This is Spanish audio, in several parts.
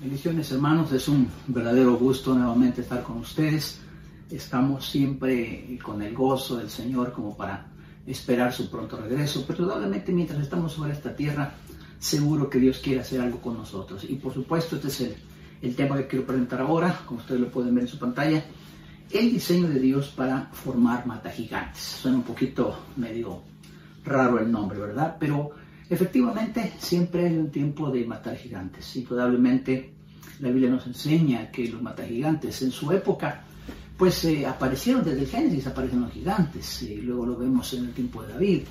Bendiciones, hermanos, es un verdadero gusto nuevamente estar con ustedes. Estamos siempre con el gozo del Señor como para esperar su pronto regreso, pero probablemente mientras estamos sobre esta tierra, seguro que Dios quiere hacer algo con nosotros. Y por supuesto, este es el tema que quiero presentar ahora, como ustedes lo pueden ver en su pantalla, el diseño de Dios para formar matagigantes. Suena un poquito medio raro el nombre, ¿verdad? Pero efectivamente, siempre hay un tiempo de matar gigantes. Indudablemente, la Biblia nos enseña que los matagigantes en su época, pues aparecieron desde el Génesis, aparecen los gigantes. Y luego lo vemos en el tiempo de David.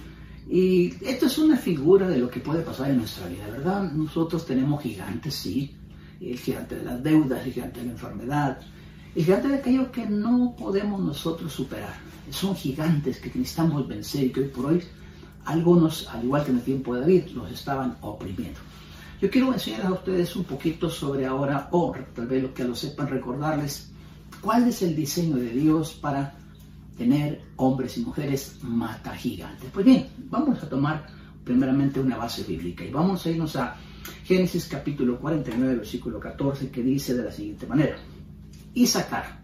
Y esto es una figura de lo que puede pasar en nuestra vida, ¿verdad? Nosotros tenemos gigantes, sí. El gigante de las deudas, el gigante de la enfermedad, el gigante de aquello que no podemos nosotros superar. Son gigantes que necesitamos vencer y que hoy por hoy algunos, al igual que en el tiempo de David, los estaban oprimiendo. Yo quiero enseñarles a ustedes un poquito sobre ahora, o tal vez lo que lo sepan, recordarles cuál es el diseño de Dios para tener hombres y mujeres matagigantes. Pues bien, vamos a tomar primeramente una base bíblica y vamos a irnos a Génesis capítulo 49, versículo 14, que dice de la siguiente manera: Isacar,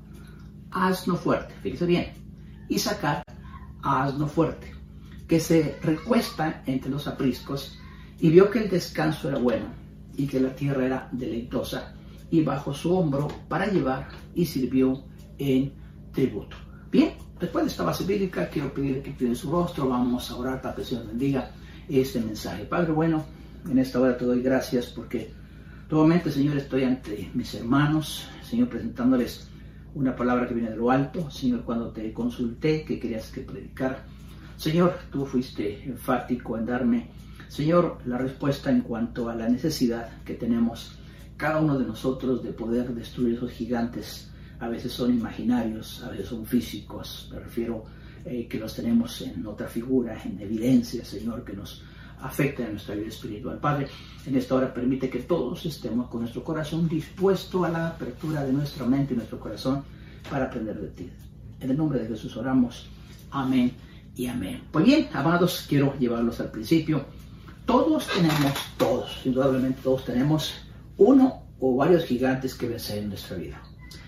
asno fuerte, fíjese bien, Isacar, asno fuerte, que se recuesta entre los apriscos, y vio que el descanso era bueno, y que la tierra era deleitosa, y bajo su hombro para llevar, y sirvió en tributo. Bien, después de esta base bíblica, quiero pedirle que incline su rostro, vamos a orar para que el Señor bendiga este mensaje. Padre bueno, en esta hora te doy gracias porque nuevamente, Señor, estoy ante mis hermanos, Señor, presentándoles una palabra que viene de lo alto. Señor, cuando te consulté que querías que predicara, Señor, tú fuiste enfático en darme, Señor, la respuesta en cuanto a la necesidad que tenemos cada uno de nosotros de poder destruir esos gigantes. A veces son imaginarios, a veces son físicos, me refiero que los tenemos en otra figura, en evidencia, Señor, que nos afecta en nuestra vida espiritual. Padre, en esta hora permite que todos estemos con nuestro corazón dispuesto a la apertura de nuestra mente y nuestro corazón para aprender de ti. En el nombre de Jesús oramos. Amén y amén. Pues bien, amados, quiero llevarlos al principio. Todos, indudablemente todos tenemos uno o varios gigantes que vencer en nuestra vida.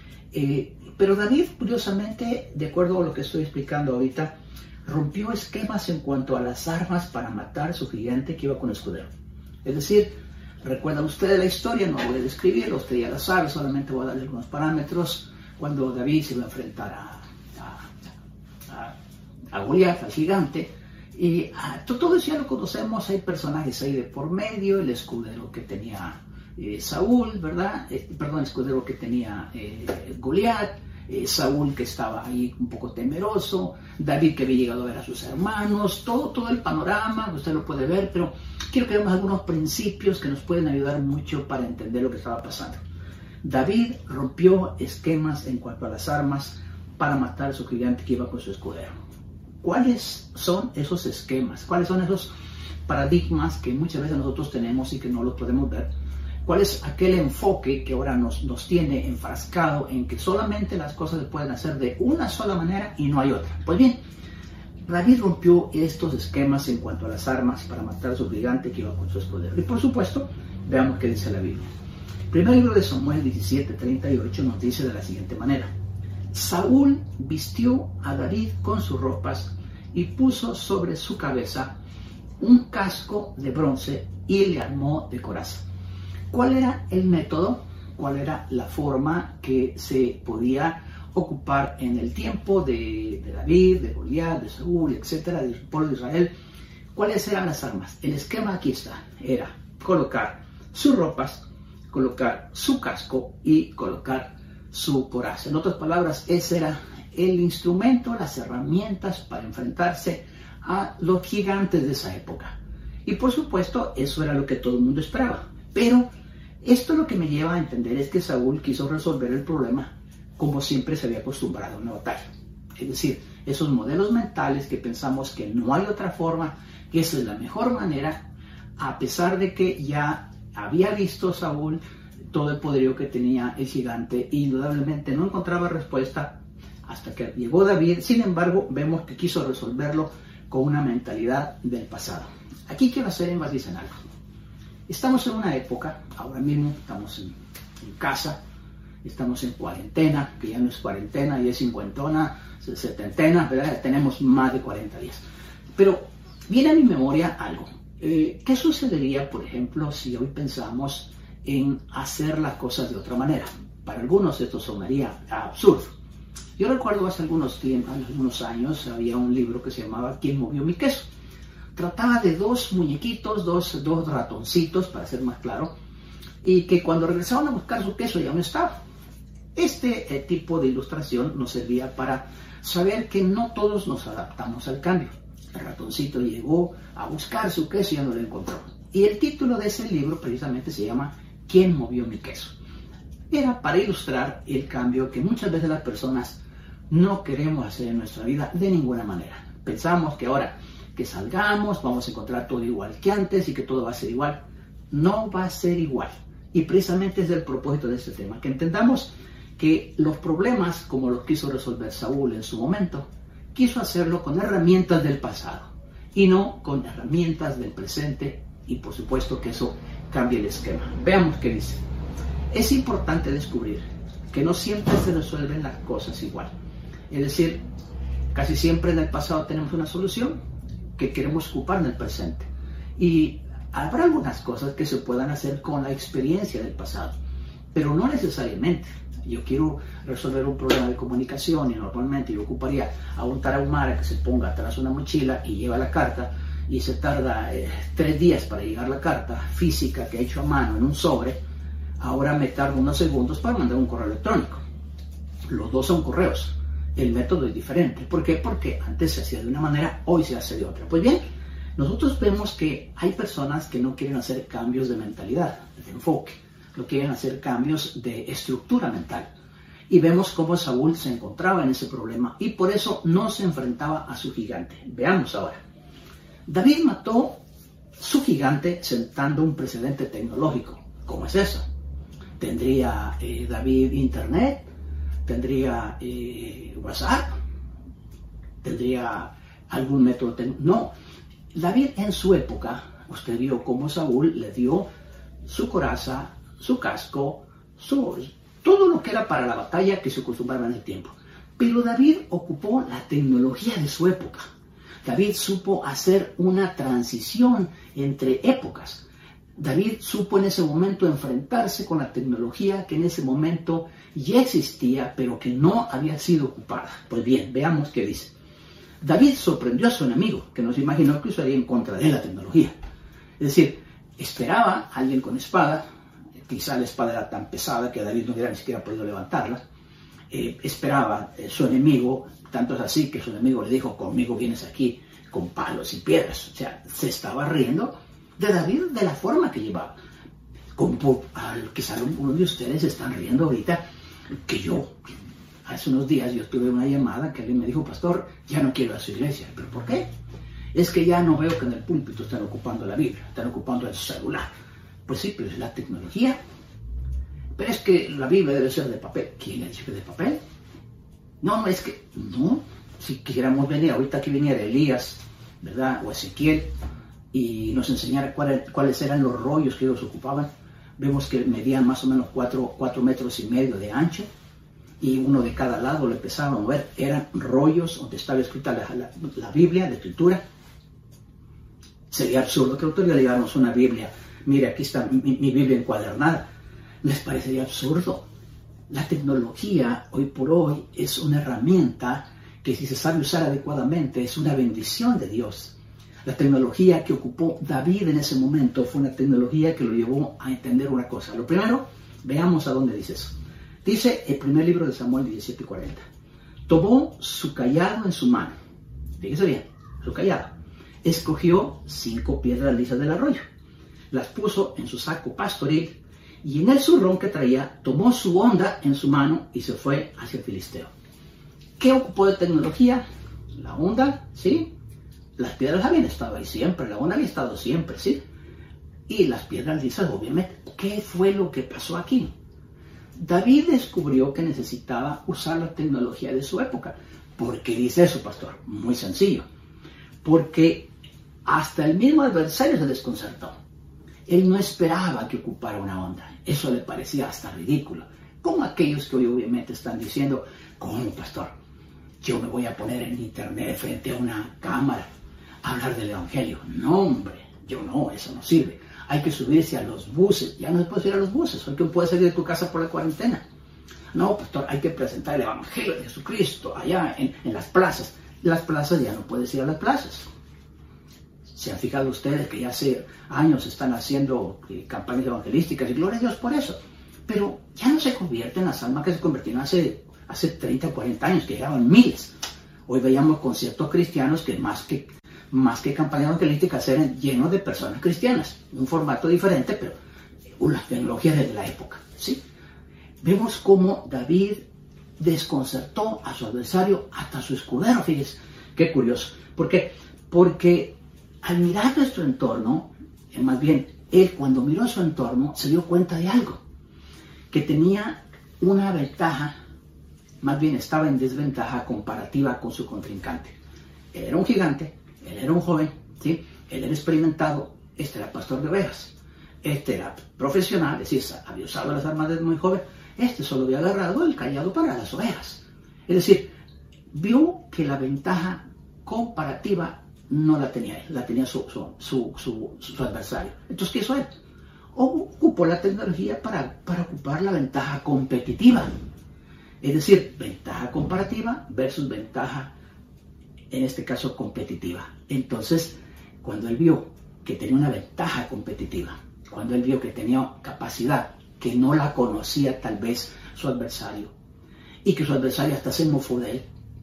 Pero David, curiosamente, de acuerdo a lo que estoy explicando ahorita, rompió esquemas en cuanto a las armas para matar a su gigante que iba con escudero. Es decir, recuerdan ustedes la historia, no voy a describirlo, usted ya la sabe, solamente voy a darle algunos parámetros. Cuando David se iba a enfrentar a Goliat, al gigante, y todo eso ya lo conocemos, hay personajes ahí de por medio, el escudero que tenía Saúl, ¿verdad? El escudero que tenía Goliat, Saúl que estaba ahí un poco temeroso, David que había llegado a ver a sus hermanos, todo el panorama, usted lo puede ver, pero quiero que veamos algunos principios que nos pueden ayudar mucho para entender lo que estaba pasando. David rompió esquemas en cuanto a las armas para matar a su gigante que iba con su escudero. ¿Cuáles son esos esquemas? ¿Cuáles son esos paradigmas que muchas veces nosotros tenemos y que no los podemos ver? ¿Cuál es aquel enfoque que ahora nos tiene enfrascado en que solamente las cosas se pueden hacer de una sola manera y no hay otra? Pues bien, David rompió estos esquemas en cuanto a las armas para matar a su gigante que iba con su escudero. Y por supuesto, veamos qué dice la Biblia. Primer libro de Samuel 17:38 nos dice de la siguiente manera: Saúl vistió a David con sus ropas y puso sobre su cabeza un casco de bronce y le armó de coraza. ¿Cuál era el método? ¿Cuál era la forma que se podía ocupar en el tiempo de David, de Goliat, de Saúl, etcétera, del pueblo de Israel? ¿Cuáles eran las armas? El esquema aquí está, era colocar sus ropas, colocar su casco y colocar su coraza. En otras palabras, ese era el instrumento, las herramientas para enfrentarse a los gigantes de esa época. Y por supuesto, eso era lo que todo el mundo esperaba. Pero esto lo que me lleva a entender es que Saúl quiso resolver el problema como siempre se había acostumbrado en una batalla. Es decir, esos modelos mentales que pensamos que no hay otra forma, que esa es la mejor manera, a pesar de que ya había visto Saúl todo el poderío que tenía el gigante, y indudablemente no encontraba respuesta hasta que llegó David. Sin embargo, vemos que quiso resolverlo con una mentalidad del pasado. Aquí quiero hacer énfasis en algo. Estamos en una época, ahora mismo estamos en casa, estamos en cuarentena, que ya no es cuarentena, ya es cincuentona, setentena, ¿verdad? Tenemos más de 40 días. Pero viene a mi memoria algo. ¿Qué sucedería, por ejemplo, si hoy pensamos en hacer las cosas de otra manera? Para algunos esto sonaría absurdo. Yo recuerdo hace algunos años había un libro que se llamaba ¿Quién movió mi queso? Trataba de dos muñequitos, dos ratoncitos, para ser más claro, y que cuando regresaban a buscar su queso ya no estaba. Este tipo de ilustración nos servía para saber que no todos nos adaptamos al cambio. El ratoncito llegó a buscar su queso y ya no lo encontró. Y el título de ese libro precisamente se llama ¿Quién movió mi queso? Era para ilustrar el cambio que muchas veces las personas no queremos hacer en nuestra vida de ninguna manera. Pensamos que ahora que salgamos vamos a encontrar todo igual que antes y que todo va a ser igual. No va a ser igual. Y precisamente es el propósito de este tema, que entendamos que los problemas, como los quiso resolver Saúl en su momento, quiso hacerlo con herramientas del pasado y no con herramientas del presente, y por supuesto que eso cambia el esquema. Veamos qué dice. Es importante descubrir que no siempre se resuelven las cosas igual. Es decir, casi siempre en el pasado tenemos una solución que queremos ocupar en el presente. Y habrá algunas cosas que se puedan hacer con la experiencia del pasado, pero no necesariamente. Yo quiero resolver un problema de comunicación y normalmente yo ocuparía a un tarahumara que se ponga atrás una mochila y lleva la carta y se tarda 3 días para llegar la carta física que ha hecho a mano en un sobre. Ahora me tardo unos segundos para mandar un correo electrónico. Los dos son correos. El método es diferente. ¿Por qué? Porque antes se hacía de una manera, hoy se hace de otra. Pues bien, nosotros vemos que hay personas que no quieren hacer cambios de mentalidad, de enfoque. No quieren hacer cambios de estructura mental. Y vemos cómo Saúl se encontraba en ese problema y por eso no se enfrentaba a su gigante. Veamos ahora. David mató su gigante sentando un precedente tecnológico. ¿Cómo es eso? ¿Tendría David internet? ¿Tendría WhatsApp? ¿Tendría algún método? No. David en su época, usted vio cómo Saúl le dio su coraza, su casco, todo lo que era para la batalla que se acostumbraba en el tiempo. Pero David ocupó la tecnología de su época. David supo hacer una transición entre épocas. David supo en ese momento enfrentarse con la tecnología que en ese momento ya existía, pero que no había sido ocupada. Pues bien, veamos qué dice. David sorprendió a su enemigo, que no se imaginó que usaría en contra de la tecnología. Es decir, esperaba a alguien con espada. Quizá la espada era tan pesada que David no hubiera ni siquiera podido levantarla. Esperaba su enemigo, tanto es así que su enemigo le dijo, conmigo vienes aquí con palos y piedras. O sea, se estaba riendo de David de la forma que llevaba. Quizá algunos de ustedes están riendo ahorita que yo, hace unos días yo tuve una llamada que alguien me dijo, pastor, ya no quiero ir a su iglesia. ¿Pero por qué? Es que ya no veo que en el púlpito están ocupando la Biblia, están ocupando el celular. Pues sí, pero es la tecnología. Pero es que la Biblia debe ser de papel. ¿Quién ha dicho que de papel? No, es que, no. Si quisiéramos venir, ahorita que viniera Elías, ¿verdad? O Ezequiel, y nos enseñara cuáles eran los rollos que ellos ocupaban, vemos que medían más o menos 4 metros y medio de ancho, y uno de cada lado lo empezaban a mover. Eran rollos donde estaba escrita la Biblia, la escritura. Sería absurdo que nosotros le digamos una Biblia. Mire, aquí está mi Biblia encuadernada. ¿Les parecería absurdo? La tecnología, hoy por hoy, es una herramienta que si se sabe usar adecuadamente, es una bendición de Dios. La tecnología que ocupó David en ese momento fue una tecnología que lo llevó a entender una cosa. Lo primero, veamos a dónde dice eso. Dice el primer libro de Samuel 17:40. Tomó su cayado en su mano. Fíjese bien, su cayado. Escogió 5 piedras lisas del arroyo. Las puso en su saco pastoril y en el zurrón que traía tomó su honda en su mano y se fue hacia el filisteo. ¿Qué ocupó de tecnología? La honda, ¿sí? Las piedras habían estado ahí siempre, la honda había estado siempre, ¿sí? Y las piedras lisas, obviamente. ¿Qué fue lo que pasó aquí? David descubrió que necesitaba usar la tecnología de su época. ¿Por qué dice eso, pastor? Muy sencillo. Porque hasta el mismo adversario se desconcertó. Él no esperaba que ocupara una onda. Eso le parecía hasta ridículo. Como aquellos que hoy obviamente están diciendo, ¿cómo, pastor? Yo me voy a poner en internet frente a una cámara a hablar del evangelio. No, hombre, yo no, eso no sirve. Hay que subirse a los buses. Ya no se puede subir a los buses. Hoy que puedes salir de tu casa por la cuarentena. No, pastor, hay que presentar el evangelio de Jesucristo allá en las plazas. Las plazas ya no puedes ir a las plazas. ¿Se han fijado ustedes que ya hace años están haciendo campañas evangelísticas? Y gloria a Dios por eso. Pero ya no se convierten en las almas que se convirtieron hace 30, 40 años, que llegaban miles. Hoy veíamos conciertos cristianos que más que campañas evangelísticas eran llenos de personas cristianas. Un formato diferente, pero las tecnologías de la época, ¿sí? Vemos cómo David desconcertó a su adversario, hasta su escudero. Fíjense, qué curioso. ¿Por qué? Porque al mirar nuestro entorno, más bien, él cuando miró su entorno se dio cuenta de algo, que tenía una ventaja, más bien estaba en desventaja comparativa con su contrincante. Él era un gigante, él era un joven, ¿sí? Él era experimentado, este era pastor de ovejas, este era profesional, es decir, había usado las armas desde muy joven, este solo había agarrado el cayado para las ovejas. Es decir, vio que la ventaja comparativa no la tenía él, la tenía su adversario. Entonces, ¿qué hizo él? Ocupó la tecnología para ocupar la ventaja competitiva. Es decir, ventaja comparativa versus ventaja, en este caso, competitiva. Entonces, cuando él vio que tenía una ventaja competitiva, cuando él vio que tenía capacidad, que no la conocía tal vez su adversario, y que su adversario hasta se mofó de él,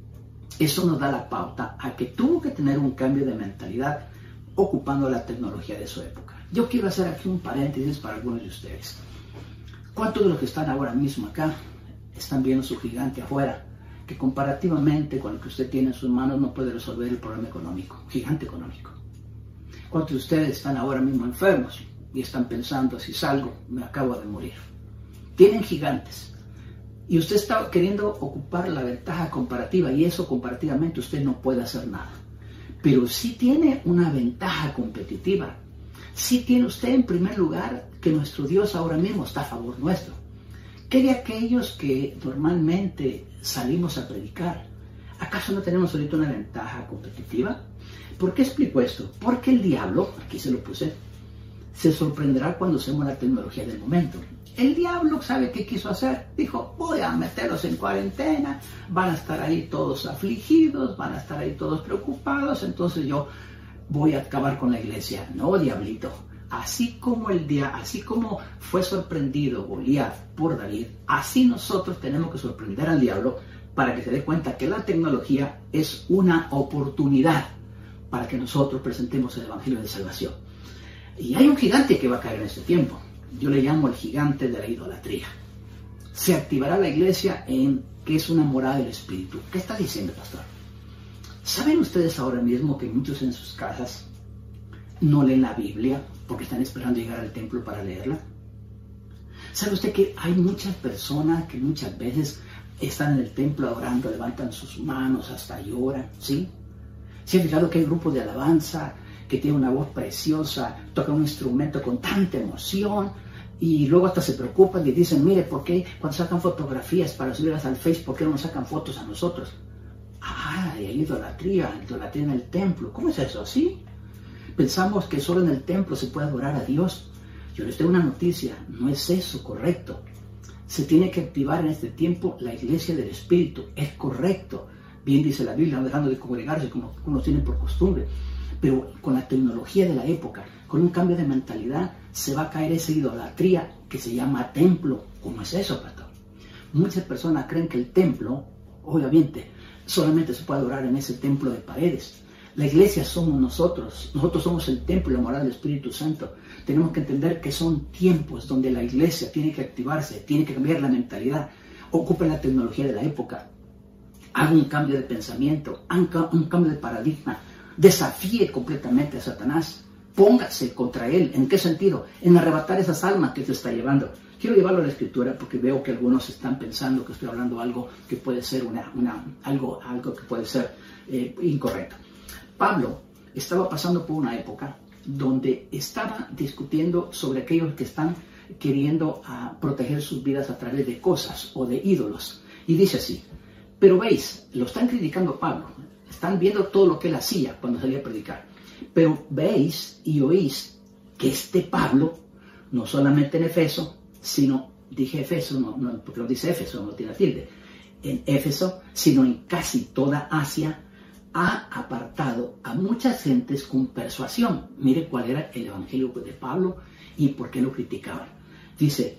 eso nos da la pauta a que tuvo que tener un cambio de mentalidad ocupando la tecnología de su época. Yo quiero hacer aquí un paréntesis para algunos de ustedes. ¿Cuántos de los que están ahora mismo acá están viendo su gigante afuera, que comparativamente con lo que usted tiene en sus manos no puede resolver el problema económico, gigante económico? ¿Cuántos de ustedes están ahora mismo enfermos y están pensando, si salgo, me acabo de morir? Tienen gigantes. Y usted está queriendo ocupar la ventaja comparativa, y eso comparativamente usted no puede hacer nada. Pero sí tiene una ventaja competitiva. Sí tiene usted en primer lugar que nuestro Dios ahora mismo está a favor nuestro. ¿Qué de aquellos que normalmente salimos a predicar? ¿Acaso no tenemos ahorita una ventaja competitiva? ¿Por qué explico esto? Porque el diablo, aquí se lo puse, se sorprenderá cuando usemos la tecnología del momento. El diablo sabe qué quiso hacer. Dijo, voy a meterlos en cuarentena, van a estar ahí todos afligidos, van a estar ahí todos preocupados, entonces yo voy a acabar con la iglesia. No, diablito. Así como fue sorprendido Goliat por David, así nosotros tenemos que sorprender al diablo para que se dé cuenta que la tecnología es una oportunidad para que nosotros presentemos el evangelio de salvación. Y hay un gigante que va a caer en este tiempo. Yo le llamo el gigante de la idolatría. Se activará la iglesia en que es una morada del Espíritu. ¿Qué está diciendo, pastor? ¿Saben ustedes ahora mismo que muchos en sus casas no leen la Biblia porque están esperando llegar al templo para leerla? ¿Sabe usted que hay muchas personas que muchas veces están en el templo orando, levantan sus manos, hasta lloran, ¿sí? ¿Se ha fijado que hay grupos de alabanza que tienen una voz preciosa, tocan un instrumento con tanta emoción y luego hasta se preocupan y dicen, mire, ¿por qué cuando sacan fotografías para subirlas al Face, por qué no nos sacan fotos a nosotros? Ah, y hay idolatría en el templo. ¿Cómo es eso? ¿Sí? Pensamos que solo en el templo se puede adorar a Dios. Yo les tengo una noticia, no es eso correcto. Se tiene que activar en este tiempo la iglesia del Espíritu, es correcto. Bien dice la Biblia, no dejando de congregarse como unos tienen por costumbre. Pero con la tecnología de la época, con un cambio de mentalidad, se va a caer esa idolatría que se llama templo. ¿Cómo es eso, pastor? Muchas personas creen que el templo, obviamente, solamente se puede adorar en ese templo de paredes. La iglesia somos nosotros somos el templo y la morada del Espíritu Santo. Tenemos que entender que son tiempos donde la iglesia tiene que activarse, tiene que cambiar la mentalidad, ocupen la tecnología de la época, haga un cambio de pensamiento, haga un cambio de paradigma, desafíe completamente a Satanás, póngase contra él. ¿En qué sentido? En arrebatar esas almas que te está llevando. Quiero llevarlo a la Escritura porque veo que algunos están pensando que estoy hablando algo que puede ser algo que puede ser incorrecto. Pablo estaba pasando por una época donde estaba discutiendo sobre aquellos que están queriendo proteger sus vidas a través de cosas o de ídolos. Y dice así: pero veis, lo están criticando a Pablo, están viendo todo lo que él hacía cuando salía a predicar. Pero veis y oís que este Pablo, no solamente en Éfeso, sino, dije Éfeso, no, porque lo dice Éfeso, no tiene tilde, en Éfeso, sino en casi toda Asia, ha apartado a muchas gentes con persuasión. Mire cuál era el evangelio de Pablo y por qué lo criticaban. Dice,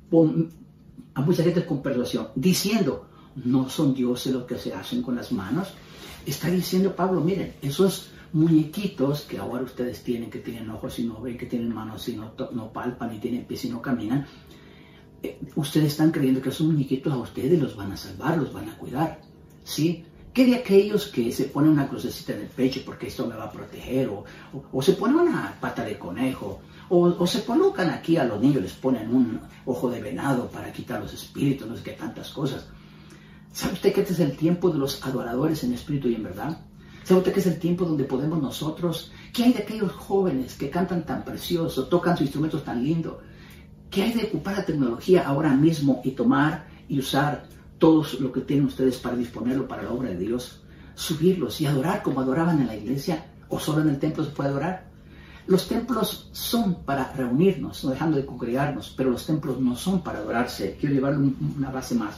a muchas gentes con persuasión, diciendo, no son dioses los que se hacen con las manos. Está diciendo Pablo, miren, esos muñequitos que ahora ustedes tienen, que tienen ojos y no ven, que tienen manos y no palpan, y tienen pies y no caminan, ustedes están creyendo que esos muñequitos a ustedes los van a salvar, los van a cuidar, ¿sí? ¿Qué de aquellos que se ponen una crucecita en el pecho porque esto me va a proteger? O se ponen una pata de conejo, o se colocan aquí a los niños, les ponen un ojo de venado para quitar los espíritus, no sé qué tantas cosas. ¿Sabe usted que este es el tiempo de los adoradores en espíritu y en verdad? ¿Sabe usted que es el tiempo donde podemos nosotros? ¿Qué hay de aquellos jóvenes que cantan tan precioso, tocan sus instrumentos tan lindo? ¿Qué hay de ocupar la tecnología ahora mismo y tomar y usar todo lo que tienen ustedes para disponerlo para la obra de Dios? Subirlos y adorar como adoraban en la iglesia, o solo en el templo se puede adorar. Los templos son para reunirnos, no dejando de congregarnos, pero los templos no son para adorarse. Quiero llevarle una base más.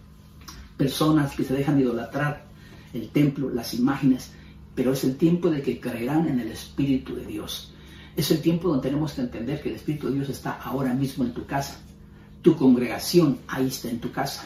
Personas que se dejan de idolatrar el templo, las imágenes, pero es el tiempo de que creerán en el Espíritu de Dios. Es el tiempo donde tenemos que entender que el Espíritu de Dios está ahora mismo en tu casa. Tu congregación ahí está en tu casa.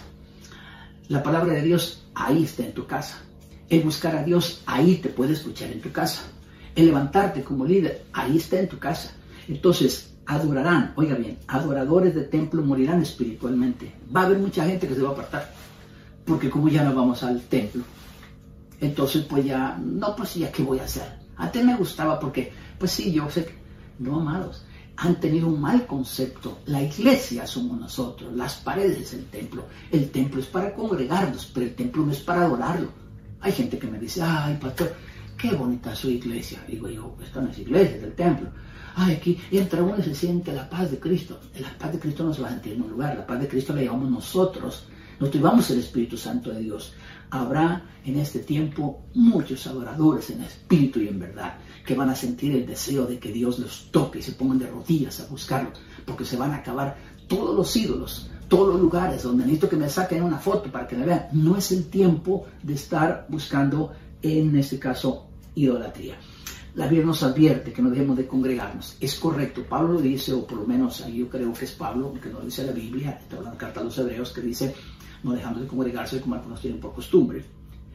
La palabra de Dios ahí está en tu casa. El buscar a Dios ahí te puede escuchar en tu casa. El levantarte como líder ahí está en tu casa. Entonces adorarán, oiga bien, adoradores de templo morirán espiritualmente. Va a haber mucha gente que se va a apartar, porque como ya no vamos al templo, entonces pues ya, no, pues ya qué voy a hacer. Antes me gustaba porque, pues sí, yo sé que, no, amados, han tenido un mal concepto. La iglesia somos nosotros, las paredes es el templo. El templo es para congregarnos, pero el templo no es para adorarlo. Hay gente que me dice, ay, pastor, qué bonita su iglesia. Digo yo, esta no es iglesia, es el templo. Ay, aquí entra uno y se siente la paz de Cristo. La paz de Cristo no se va a sentir en un lugar, la paz de Cristo la llevamos nosotros. Nosotros llevamos el Espíritu Santo de Dios. Habrá en este tiempo muchos adoradores en espíritu y en verdad, que van a sentir el deseo de que Dios los toque y se pongan de rodillas a buscarlo, porque se van a acabar todos los ídolos, todos los lugares donde necesito que me saquen una foto para que me vean. No es el tiempo de estar buscando, en este caso, idolatría. La Biblia nos advierte que no dejemos de congregarnos. Es correcto, Pablo lo dice, o por lo menos ahí yo creo que es Pablo, que no dice la Biblia, está hablando carta a los hebreos, que dice, no dejando de congregarse como algunos tienen por costumbre.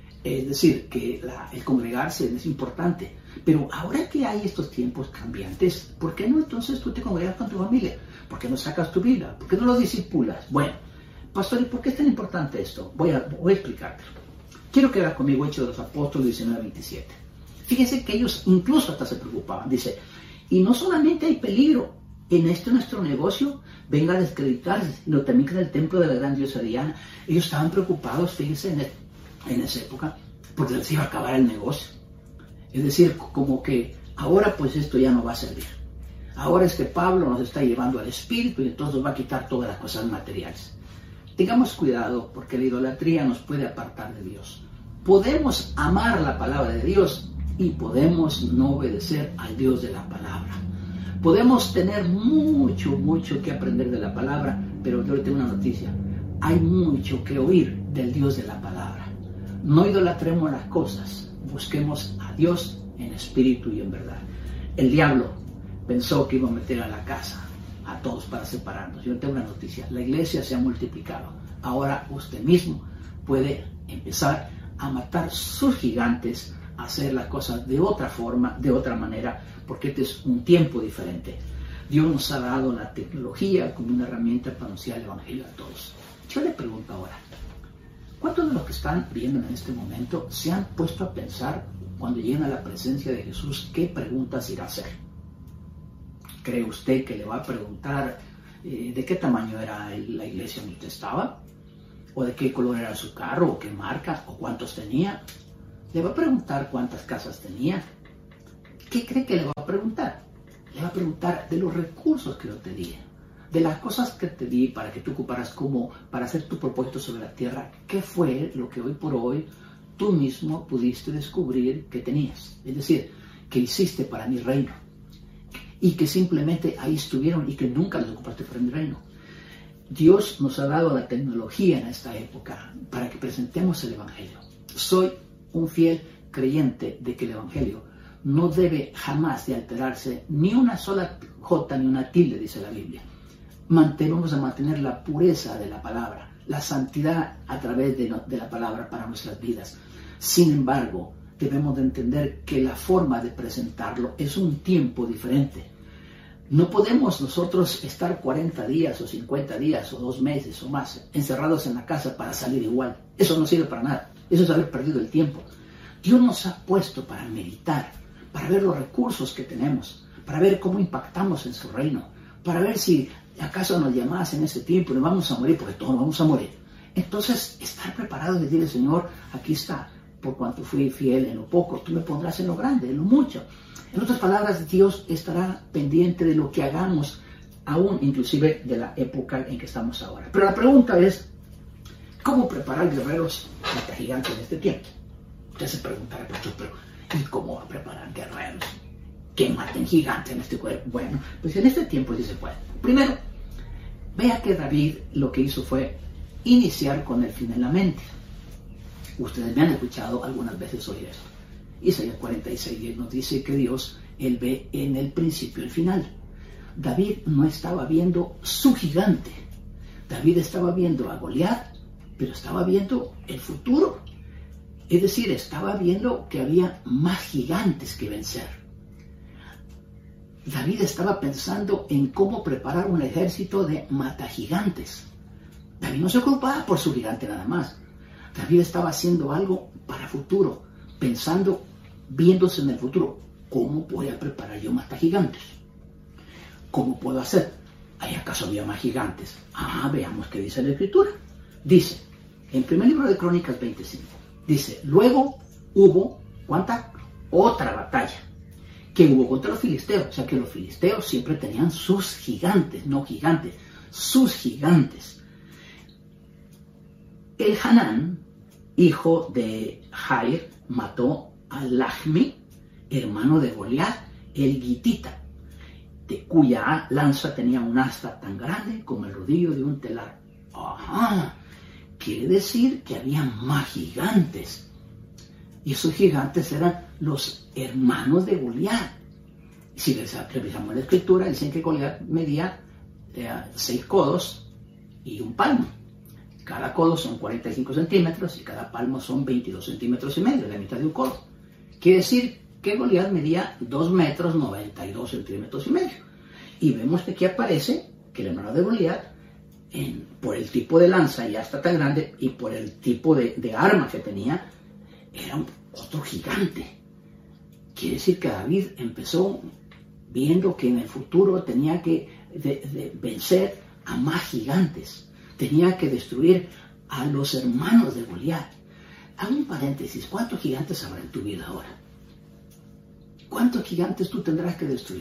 Es decir, que el congregarse es importante. Pero ahora que hay estos tiempos cambiantes, ¿por qué no entonces tú te congregas con tu familia? ¿Por qué no sacas tu Biblia? ¿Por qué no los discipulas? Bueno, pastor, ¿y por qué es tan importante esto? Voy a explicártelo. Quiero que haga conmigo Hechos de los Apóstoles 19:27. Fíjense que ellos incluso hasta se preocupaban. Dice, y no solamente hay peligro en nuestro negocio venga a descreditarse, sino también que en el templo de la gran diosa Diana. Ellos estaban preocupados, fíjense, en esa época, porque les iba a acabar el negocio. Es decir, como que ahora pues esto ya no va a servir. Ahora es que Pablo nos está llevando al espíritu y entonces nos va a quitar todas las cosas materiales. Tengamos cuidado porque la idolatría nos puede apartar de Dios. Podemos amar la palabra de Dios y podemos no obedecer al Dios de la palabra. Podemos tener mucho que aprender de la palabra, pero yo le tengo una noticia. Hay mucho que oír del Dios de la palabra. No idolatremos las cosas, busquemos a Dios en espíritu y en verdad. El diablo pensó que iba a meter a la casa a todos para separarnos. Yo tengo una noticia, la iglesia se ha multiplicado. Ahora usted mismo puede empezar a matar sus gigantes, a hacer las cosas de otra forma, de otra manera, porque este es un tiempo diferente. Dios nos ha dado la tecnología como una herramienta para anunciar el Evangelio a todos. Yo le pregunto ahora, ¿cuántos de los que están viendo en este momento se han puesto a pensar cuando lleguen a la presencia de Jesús qué preguntas irá a hacer? ¿Cree usted que le va a preguntar de qué tamaño era la iglesia donde usted estaba? ¿O de qué color era su carro? ¿O qué marca? ¿O cuántos tenía? ¿Le va a preguntar cuántas casas tenía? ¿Qué cree que le va a preguntar? Le va a preguntar de los recursos que yo te di, de las cosas que te di para que tú ocuparas como para hacer tu propósito sobre la tierra. ¿Qué fue lo que hoy por hoy tú mismo pudiste descubrir que tenías? Es decir, que hiciste para mi reino y que simplemente ahí estuvieron y que nunca los ocupaste para mi reino. Dios nos ha dado la tecnología en esta época para que presentemos el Evangelio. Soy un fiel creyente de que el Evangelio no debe jamás de alterarse ni una sola jota ni una tilde, dice la Biblia. Vamos a mantener la pureza de la palabra, la santidad a través de la palabra para nuestras vidas. Sin embargo, debemos de entender que la forma de presentarlo es un tiempo diferente. No podemos nosotros estar 40 días o 50 días o 2 meses o más encerrados en la casa para salir igual. Eso no sirve para nada. Eso es haber perdido el tiempo. Dios nos ha puesto para meditar, para ver los recursos que tenemos, para ver cómo impactamos en su reino, para ver si acaso nos llamas en ese tiempo y nos vamos a morir, porque todos nos vamos a morir. Entonces, estar preparado y decirle, Señor, aquí está, por cuanto fui fiel en lo poco, tú me pondrás en lo grande, en lo mucho. En otras palabras, Dios estará pendiente de lo que hagamos, aún inclusive de la época en que estamos ahora. Pero la pregunta es, ¿cómo preparar guerreros contra gigantes en este tiempo? Usted se preguntará, pero ¿y cómo va a preparar guerreros que maten gigantes en este cuerpo? Bueno, pues en este tiempo sí se puede. Primero, vea que David lo que hizo fue iniciar con el fin en la mente. Ustedes me han escuchado algunas veces oír eso. Isaías 46:10 nos dice que Dios, Él ve en el principio el final. David no estaba viendo su gigante. David estaba viendo a Goliat, pero estaba viendo el futuro. Es decir, estaba viendo que había más gigantes que vencer. David estaba pensando en cómo preparar un ejército de matagigantes. David no se ocupaba por su gigante nada más. David estaba haciendo algo para futuro, pensando, viéndose en el futuro. ¿Cómo voy a preparar yo matagigantes? ¿Cómo puedo hacer? ¿Hay acaso había más gigantes? Veamos qué dice la Escritura. Dice, en primer libro de Crónicas 25, dice, luego hubo, ¿cuánta? Otra batalla, que hubo contra los filisteos. O sea que los filisteos siempre tenían sus gigantes, no gigantes, sus gigantes. El Hanán, hijo de Jair, mató a Lahmi, hermano de Goliat, el gitita, de cuya lanza tenía un asta tan grande como el rodillo de un telar. Quiere decir que había más gigantes. Y esos gigantes eran los hermanos de Goliat. Si revisamos la Escritura, dicen que Goliat medía 6 codos y un palmo. Cada codo son 45 centímetros y cada palmo son 22 centímetros y medio, la mitad de un codo. Quiere decir que Goliat medía 2 metros 92 centímetros y medio. Y vemos que aquí aparece que el hermano de Goliat, por el tipo de lanza ya está tan grande y por el tipo de arma que tenía, era otro gigante. Quiere decir que David empezó viendo que en el futuro tenía que vencer a más gigantes. Tenía que destruir a los hermanos de Goliat. Hago un paréntesis. ¿Cuántos gigantes habrá en tu vida ahora? ¿Cuántos gigantes tú tendrás que destruir?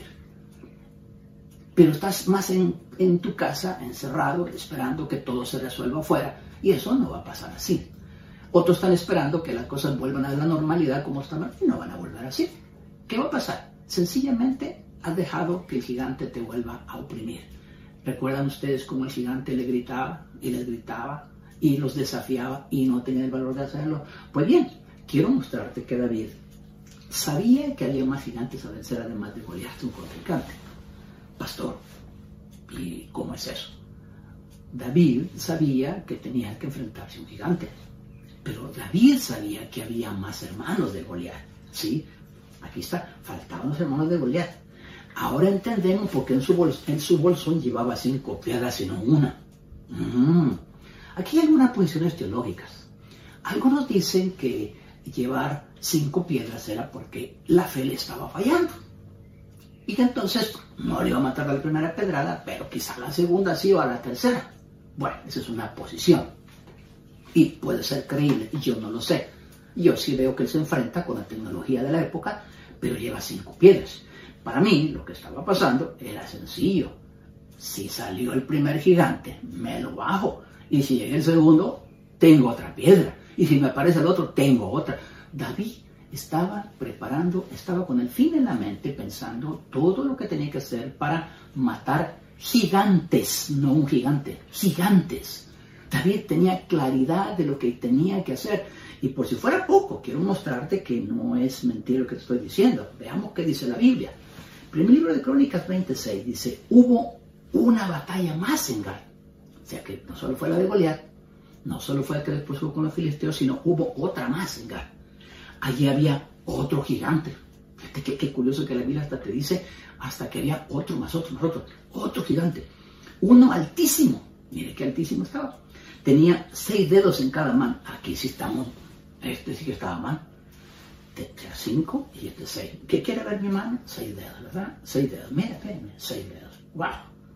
Pero estás más en tu casa, encerrado, esperando que todo se resuelva afuera. Y eso no va a pasar así. Otros están esperando que las cosas vuelvan a la normalidad como estaban y no van a volver así. ¿Qué va a pasar? Sencillamente has dejado que el gigante te vuelva a oprimir. ¿Recuerdan ustedes cómo el gigante le gritaba y les gritaba y los desafiaba y no tenía el valor de hacerlo? Pues bien, quiero mostrarte que David sabía que había más gigantes a vencer además de Goliat, un contrincante. Pastor, ¿y cómo es eso? David sabía que tenía que enfrentarse a un gigante, pero David sabía que había más hermanos de Goliat. ¿Sí? Aquí está, faltaban los hermanos de Goliat. Ahora entendemos por qué en su bolsón llevaba 5 piedras y no una. Aquí hay algunas posiciones teológicas. Algunos dicen que llevar 5 piedras era porque la fe le estaba fallando. Y que entonces no le iba a matar a la primera pedrada, pero quizá a la segunda sí o a la tercera. Bueno, esa es una posición. Y puede ser creíble, yo no lo sé. Yo sí veo que él se enfrenta con la tecnología de la época, pero lleva 5 piedras. Para mí, lo que estaba pasando era sencillo. Si salió el primer gigante, me lo bajo. Y si llega el segundo, tengo otra piedra. Y si me aparece el otro, tengo otra. David estaba preparando, estaba con el fin en la mente, pensando todo lo que tenía que hacer para matar gigantes, no un gigante, gigantes. David tenía claridad de lo que tenía que hacer. Y por si fuera poco, quiero mostrarte que no es mentira lo que te estoy diciendo. Veamos qué dice la Biblia. Primer libro de Crónicas 26 dice, hubo una batalla más en Gat. O sea que no solo fue la de Goliat, no solo fue el que después hubo con los filisteos, sino hubo otra más en Gat. Allí había otro gigante. Fíjate qué curioso que la Biblia hasta te dice, hasta que había otro gigante. Uno altísimo. Mire qué altísimo estaba. Tenía 6 dedos en cada mano. Aquí sí estamos, este sí que estaba mal. 5 y este 6. ¿Qué quiere ver mi mano? 6 dedos, ¿verdad? 6 dedos. Mira, espérenme, 6 dedos. ¡Wow!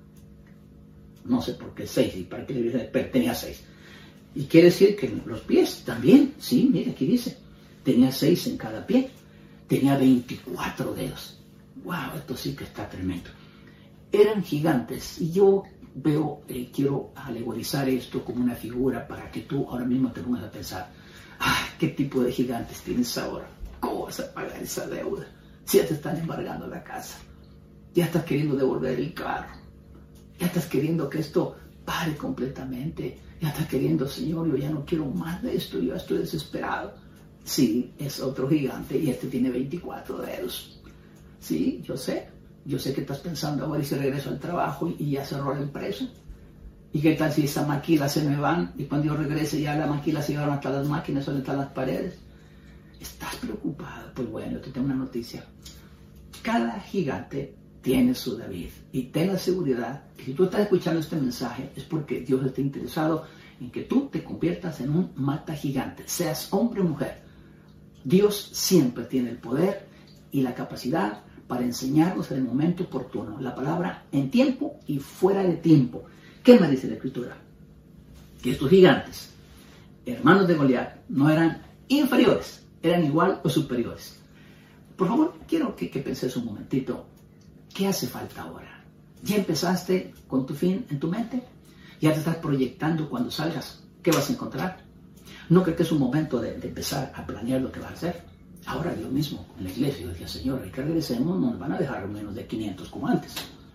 No sé por qué 6, y para qué le dice, pero tenía 6. Y quiere decir que los pies también, sí, mira, aquí dice, tenía 6 en cada pie. Tenía 24 dedos. ¡Wow! Esto sí que está tremendo. Eran gigantes, y yo veo, quiero alegorizar esto como una figura para que tú ahora mismo te pongas a pensar, ¿qué tipo de gigantes tienes ahora? ¿Cómo vas a pagar esa deuda? Si ya te están embargando la casa, ya estás queriendo devolver el carro, ya estás queriendo que esto pare completamente, ya estás queriendo, Señor, yo ya no quiero más de esto, yo ya estoy desesperado. Sí, es otro gigante y este tiene 24 dedos. Sí, yo sé que estás pensando ahora y si regreso al trabajo y ya cerró la empresa. ¿Y qué tal si esa maquila se me van y cuando yo regrese ya la maquila se llevaron hasta las máquinas donde están las paredes? ¿Estás preocupado? Pues bueno, yo te tengo una noticia. Cada gigante tiene su David. Y ten la seguridad que si tú estás escuchando este mensaje es porque Dios está interesado en que tú te conviertas en un mata gigante, seas hombre o mujer. Dios siempre tiene el poder y la capacidad para enseñarnos en el momento oportuno. La palabra en tiempo y fuera de tiempo. ¿Qué me dice la Escritura? Que estos gigantes, hermanos de Goliat, no eran inferiores, eran igual o superiores. Por favor, quiero que penses un momentito. ¿Qué hace falta ahora? ¿Ya empezaste con tu fin en tu mente? ¿Ya te estás proyectando cuando salgas? ¿Qué vas a encontrar? ¿No crees que es un momento de empezar a planear lo que vas a hacer? Ahora yo mismo en la iglesia, yo decía, Señor, el que regresemos no nos van a dejar menos de 500 como antes.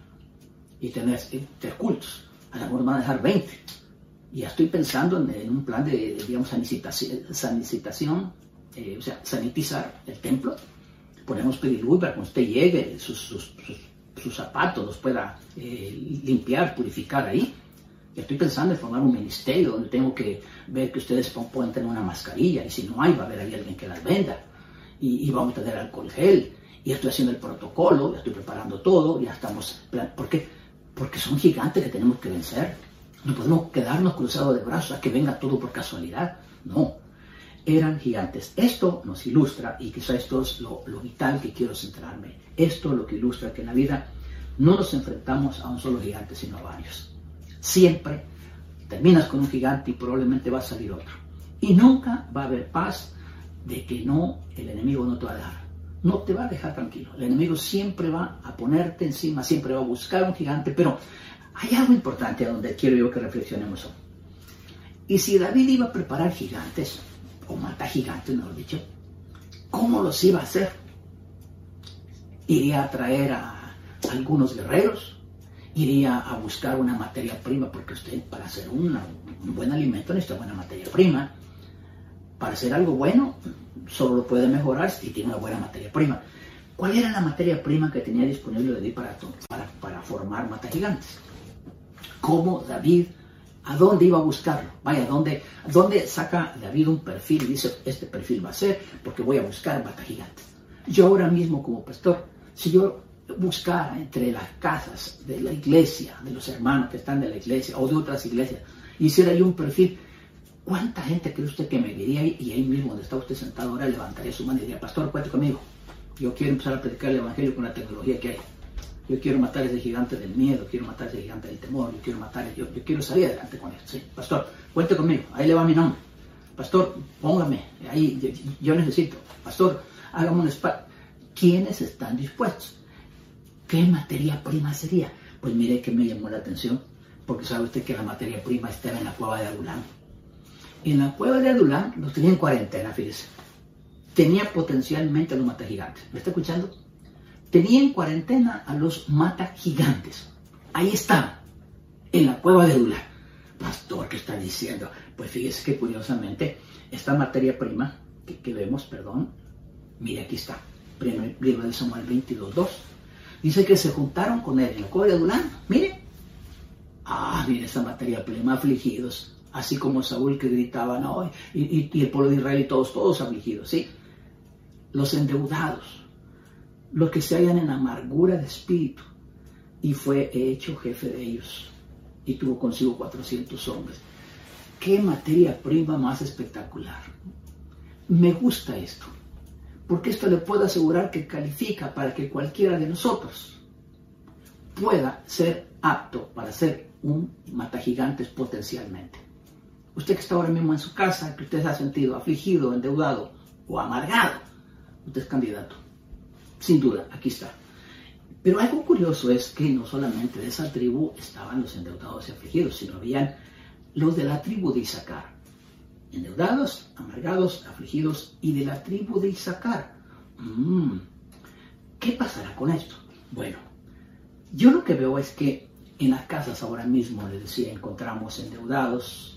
Y tener cultos. A lo mejor van a dejar 20. Y ya estoy pensando en un plan de digamos, sanitización, o sea, sanitizar el templo. Ponemos pediluvio para que cuando usted llegue, sus zapatos los pueda limpiar, purificar ahí. Y estoy pensando en formar un ministerio donde tengo que ver que ustedes puedan tener una mascarilla. Y si no hay, va a haber ahí alguien que las venda. Y vamos a tener alcohol gel. Y estoy haciendo el protocolo, ya estoy preparando todo, ya estamos... ¿Por qué? Porque son gigantes que tenemos que vencer. No podemos quedarnos cruzados de brazos a que venga todo por casualidad. No, eran gigantes. Esto nos ilustra, y quizá esto es lo vital que quiero centrarme. Esto es lo que ilustra que en la vida no nos enfrentamos a un solo gigante, sino a varios. Siempre terminas con un gigante y probablemente va a salir otro. Y nunca va a haber paz de que no, el enemigo no te va a dejar. No te va a dejar tranquilo. El enemigo siempre va a ponerte encima, siempre va a buscar un gigante, pero hay algo importante a donde quiero yo que reflexionemos hoy. Y si David iba a preparar gigantes, o matar gigantes, mejor dicho, ¿cómo los iba a hacer? ¿Iría a traer a algunos guerreros? ¿Iría a buscar una materia prima? Porque usted, para hacer un buen alimento, necesita buena materia prima. Para hacer algo bueno, solo lo puede mejorar si tiene una buena materia prima. ¿Cuál era la materia prima que tenía disponible David para formar matagigantes? ¿Cómo David, a dónde iba a buscarlo? Vaya, ¿dónde saca David un perfil y dice, este perfil va a ser porque voy a buscar matagigantes? Yo ahora mismo como pastor, si yo buscara entre las casas de la iglesia, de los hermanos que están de la iglesia o de otras iglesias, hiciera yo un perfil, ¿cuánta gente cree usted que me diría? Y ahí mismo donde está usted sentado ahora levantaría su mano y diría, pastor, cuente conmigo. Yo quiero empezar a predicar el evangelio con la tecnología que hay. Yo quiero matar ese gigante del miedo, quiero matar ese gigante del temor, yo quiero salir adelante con eso. Sí, pastor, cuente conmigo, ahí le va mi nombre. Pastor, póngame, ahí yo necesito. Pastor, hágame un espacio. ¿Quiénes están dispuestos? ¿Qué materia prima sería? Pues mire que me llamó la atención, porque sabe usted que la materia prima estaba en la cueva de Adulán. En la cueva de Adulán los tenía en cuarentena, fíjese. Tenía potencialmente a los matagigantes. ¿Me está escuchando? Tenía en cuarentena a los matagigantes. Ahí estaban, en la cueva de Adulán. Pastor, ¿qué está diciendo? Pues fíjese que curiosamente, esta materia prima que vemos, mire, aquí está, primer libro de Samuel 22:2. Dice que se juntaron con él en la cueva de Adulán. Mire, mire esa materia prima, afligidos. Así como Saúl que gritaba, ¿no? Y el pueblo de Israel y todos afligidos, ¿sí? Los endeudados, los que se hallan en amargura de espíritu. Y fue hecho jefe de ellos. Y tuvo consigo 400 hombres. ¡Qué materia prima más espectacular! Me gusta esto, porque esto le puedo asegurar que califica para que cualquiera de nosotros pueda ser apto para ser un matagigantes potencialmente. Usted que está ahora mismo en su casa, que usted se ha sentido afligido, endeudado o amargado, usted es candidato. Sin duda, aquí está. Pero algo curioso es que no solamente de esa tribu estaban los endeudados y afligidos, sino habían los de la tribu de Isaacar. Endeudados, amargados, afligidos y de la tribu de Isaacar. ¿Qué pasará con esto? Bueno, yo lo que veo es que en las casas ahora mismo, les decía, encontramos endeudados,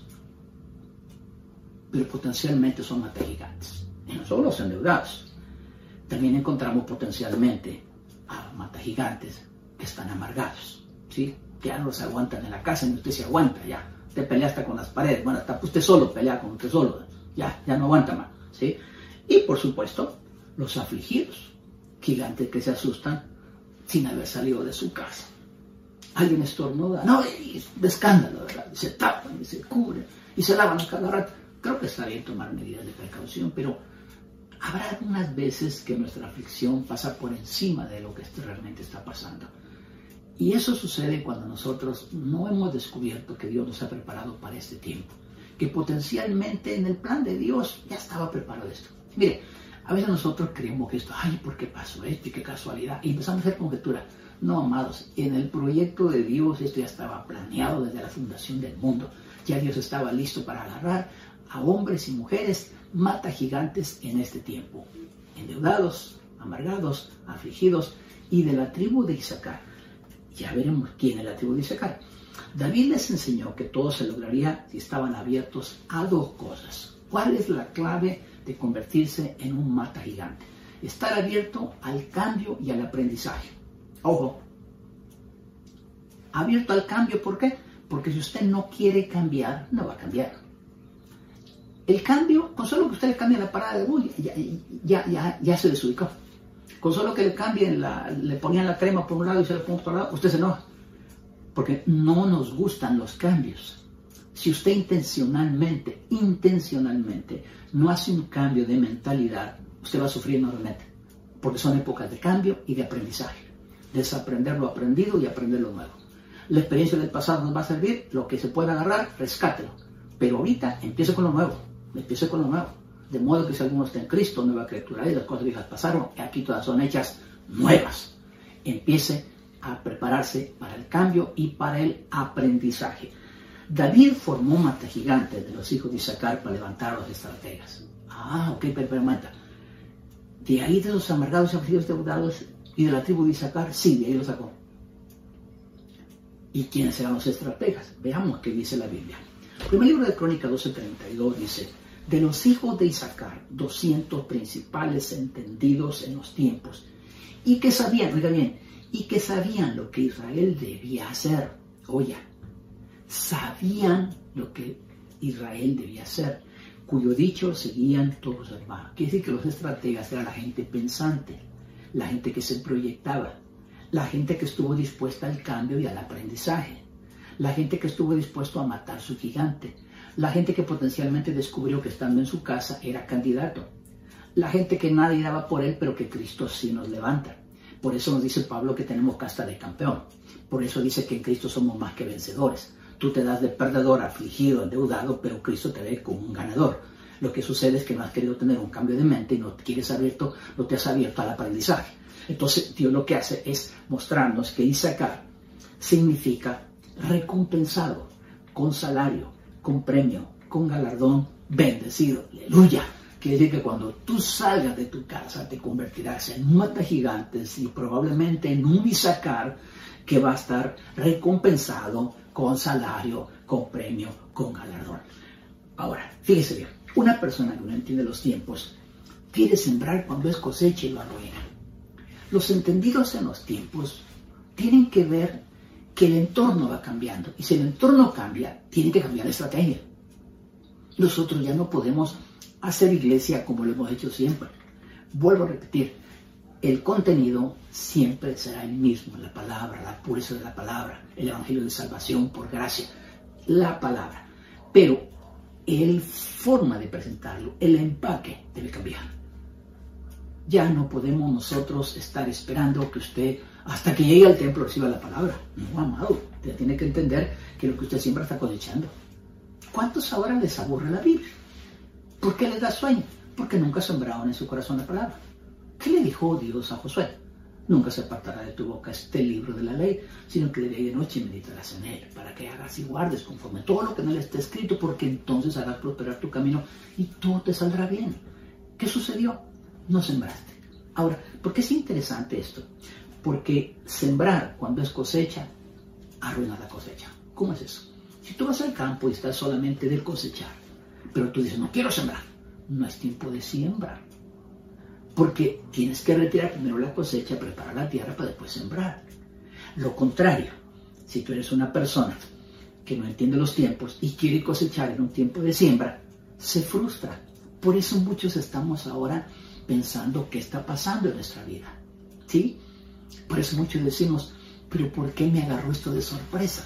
pero potencialmente son matagigantes. Y no solo los endeudados. También encontramos potencialmente a matagigantes que están amargados, ¿sí? Que ya no se aguantan en la casa, ni usted se aguanta ya. Usted pelea hasta con las paredes, bueno, hasta usted solo pelea con usted solo, ya no aguanta más, ¿sí? Y por supuesto, los afligidos, gigantes que se asustan sin haber salido de su casa. Alguien estornuda, no, es de escándalo, ¿verdad? Y se tapan y se cubren y se lavan a cada rato. Creo que está bien tomar medidas de precaución, pero habrá algunas veces que nuestra aflicción pasa por encima de lo que realmente está pasando. Y eso sucede cuando nosotros no hemos descubierto que Dios nos ha preparado para este tiempo, que potencialmente en el plan de Dios ya estaba preparado esto. Mire, a veces nosotros creemos que esto, ¿por qué pasó esto? Y qué casualidad. Y empezamos a hacer conjeturas. No, amados, en el proyecto de Dios esto ya estaba planeado desde la fundación del mundo. Ya Dios estaba listo para agarrar a hombres y mujeres matagigantes en este tiempo. Endeudados, amargados, afligidos y de la tribu de Isaacar. Ya veremos quién es la tribu de Isaacar. David les enseñó que todo se lograría si estaban abiertos a dos cosas. ¿Cuál es la clave de convertirse en un matagigante? Estar abierto al cambio y al aprendizaje. Ojo, abierto al cambio, ¿por qué? Porque si usted no quiere cambiar, no va a cambiar. El cambio, con solo que usted le cambie la parada de bus, ya se desubicó. Con solo que le cambien, le ponían la crema por un lado y se la ponen por otro lado, usted se enoja. Porque no nos gustan los cambios. Si usted intencionalmente no hace un cambio de mentalidad, usted va a sufrir enormemente. Porque son épocas de cambio y de aprendizaje. Desaprender lo aprendido y aprender lo nuevo. La experiencia del pasado nos va a servir, lo que se pueda agarrar, rescátelo. Pero ahorita empiece con lo nuevo. Empiece con lo nuevo. De modo que si alguno está en Cristo, nueva criatura, y las cosas viejas pasaron, y aquí todas son hechas nuevas. Empiece a prepararse para el cambio y para el aprendizaje. David formó matagigantes de los hijos de Isaacar para levantar a los estrategas. Ok, pero de ahí de los amargados y afligidos endeudados y de la tribu de Isaacar, sí, de ahí lo sacó. ¿Y quiénes eran los estrategas? Veamos qué dice la Biblia. El primer libro de Crónicas 12:32 dice: de los hijos de Isaacar, 200 principales entendidos en los tiempos, y que sabían, oiga bien, y que sabían lo que Israel debía hacer. Oye, sabían lo que Israel debía hacer, cuyo dicho seguían todos los hermanos. Quiere decir que los estrategas eran la gente pensante, la gente que se proyectaba, la gente que estuvo dispuesta al cambio y al aprendizaje, la gente que estuvo dispuesto a matar su gigante, la gente que potencialmente descubrió que estando en su casa era candidato, la gente que nadie daba por él, pero que Cristo sí nos levanta. Por eso nos dice Pablo que tenemos casta de campeón. Por eso dice que en Cristo somos más que vencedores. Tú te das de perdedor, afligido, endeudado, pero Cristo te ve como un ganador. Lo que sucede es que no has querido tener un cambio de mente y no te has abierto al aprendizaje. Entonces Dios lo que hace es mostrarnos que Isaacar significa recompensado, con salario, con premio, con galardón, bendecido. Aleluya. Quiere decir que cuando tú salgas de tu casa te convertirás en un matagigantes y probablemente en un Isaacar que va a estar recompensado con salario, con premio, con galardón. Ahora, fíjese bien, una persona que no entiende los tiempos quiere sembrar cuando es cosecha y lo arruina. Los entendidos en los tiempos tienen que ver que el entorno va cambiando y si el entorno cambia, tiene que cambiar la estrategia. Nosotros ya no podemos hacer iglesia como lo hemos hecho siempre. Vuelvo a repetir, el contenido siempre será el mismo, la palabra, la pureza de la palabra, el evangelio de salvación por gracia, la palabra. Pero la forma de presentarlo, el empaque debe cambiar. Ya no podemos nosotros estar esperando que usted, hasta que llegue al templo, reciba la palabra. No, amado, usted tiene que entender que lo que usted siempre está cosechando. ¿Cuántos ahora les aburre la Biblia? ¿Por qué les da sueño? Porque nunca sembraron en su corazón la palabra. ¿Qué le dijo Dios a Josué? Nunca se apartará de tu boca este libro de la ley, sino que de día y de noche meditarás en él, para que hagas y guardes conforme todo lo que en él está escrito, porque entonces harás prosperar tu camino y todo te saldrá bien. ¿Qué sucedió? No sembraste. Ahora, ¿por qué es interesante esto? Porque sembrar cuando es cosecha, arruina la cosecha. ¿Cómo es eso? Si tú vas al campo y estás solamente de cosechar, pero tú dices, no quiero sembrar, no es tiempo de siembra. Porque tienes que retirar primero la cosecha, preparar la tierra para después sembrar. Lo contrario, si tú eres una persona que no entiende los tiempos y quiere cosechar en un tiempo de siembra, se frustra. Por eso muchos estamos ahora pensando qué está pasando en nuestra vida. ¿Sí? Por eso muchos decimos, pero ¿por qué me agarró esto de sorpresa?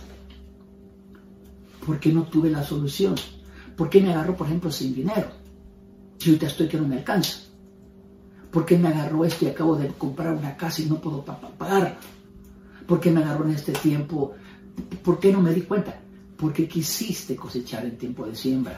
¿Por qué no tuve la solución? ¿Por qué me agarró, por ejemplo, sin dinero? Si ahorita estoy que no me alcanza. ¿Por qué me agarró esto y acabo de comprar una casa y no puedo pagar? ¿Por qué me agarró en este tiempo? ¿Por qué no me di cuenta? Porque quisiste cosechar en tiempo de siembra.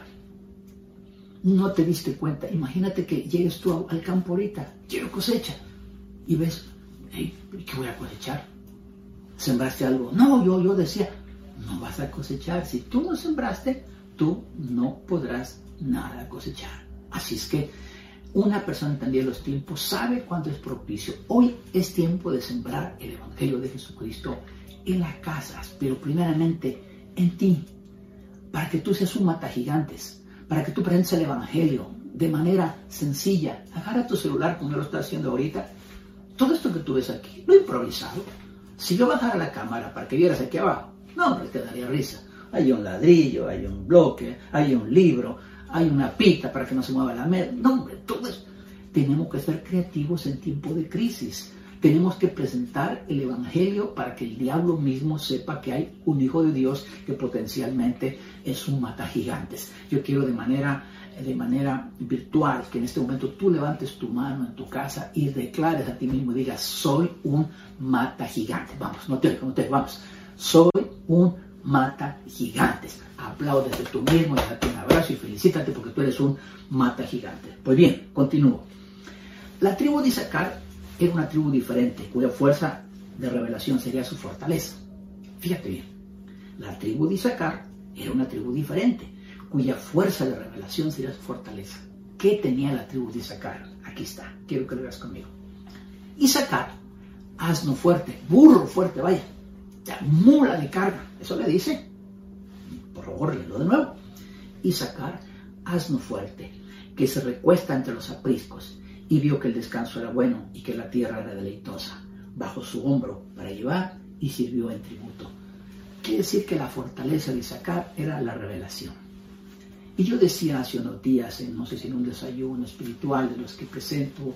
No te diste cuenta. Imagínate que llegues tú al campo ahorita, quiero cosecha, y ves, hey, ¿qué voy a cosechar? ¿Sembraste algo? No, yo decía, no vas a cosechar. Si tú no sembraste, tú no podrás nada cosechar. Así es que una persona entendida en los tiempos sabe cuándo es propicio. Hoy es tiempo de sembrar el evangelio de Jesucristo en las casas, pero primeramente en ti, para que tú seas un matagigantes, para que tú presentes el evangelio de manera sencilla. Agarra tu celular como yo lo estoy haciendo ahorita. Todo esto que tú ves aquí, lo he improvisado. Si yo bajara la cámara para que vieras aquí abajo, no, hombre, te daría risa. Hay un ladrillo, hay un bloque, hay un libro, hay una pita para que no se mueva la mesa. No, hombre, todo eso. Tenemos que ser creativos en tiempo de crisis. Tenemos que presentar el evangelio para que el diablo mismo sepa que hay un hijo de Dios que potencialmente es un matagigantes. Yo quiero de manera virtual que en este momento tú levantes tu mano en tu casa y declares a ti mismo y digas, soy un matagigante. Vamos, no te oigo, vamos. Soy un matagigantes. Aplaudes de tú mismo, date un abrazo y felicítate porque tú eres un matagigantes. Pues bien, continúo. La tribu de Isaacar era una tribu diferente, cuya fuerza de revelación sería su fortaleza. Fíjate bien, la tribu de Isaacar era una tribu diferente, cuya fuerza de revelación sería su fortaleza. ¿Qué tenía la tribu de Isaacar? Aquí está, quiero que lo veas conmigo. Isaacar, asno fuerte, burro fuerte, vaya, mula de carga, eso le dice. Por favor, léelo de nuevo. Isaacar, asno fuerte, que se recuesta entre los apriscos, y vio que el descanso era bueno y que la tierra era deleitosa, bajo su hombro para llevar y sirvió en tributo. Quiere decir que la fortaleza de Isaacar era la revelación. Y yo decía hace unos días, no sé si en un desayuno espiritual de los que presento,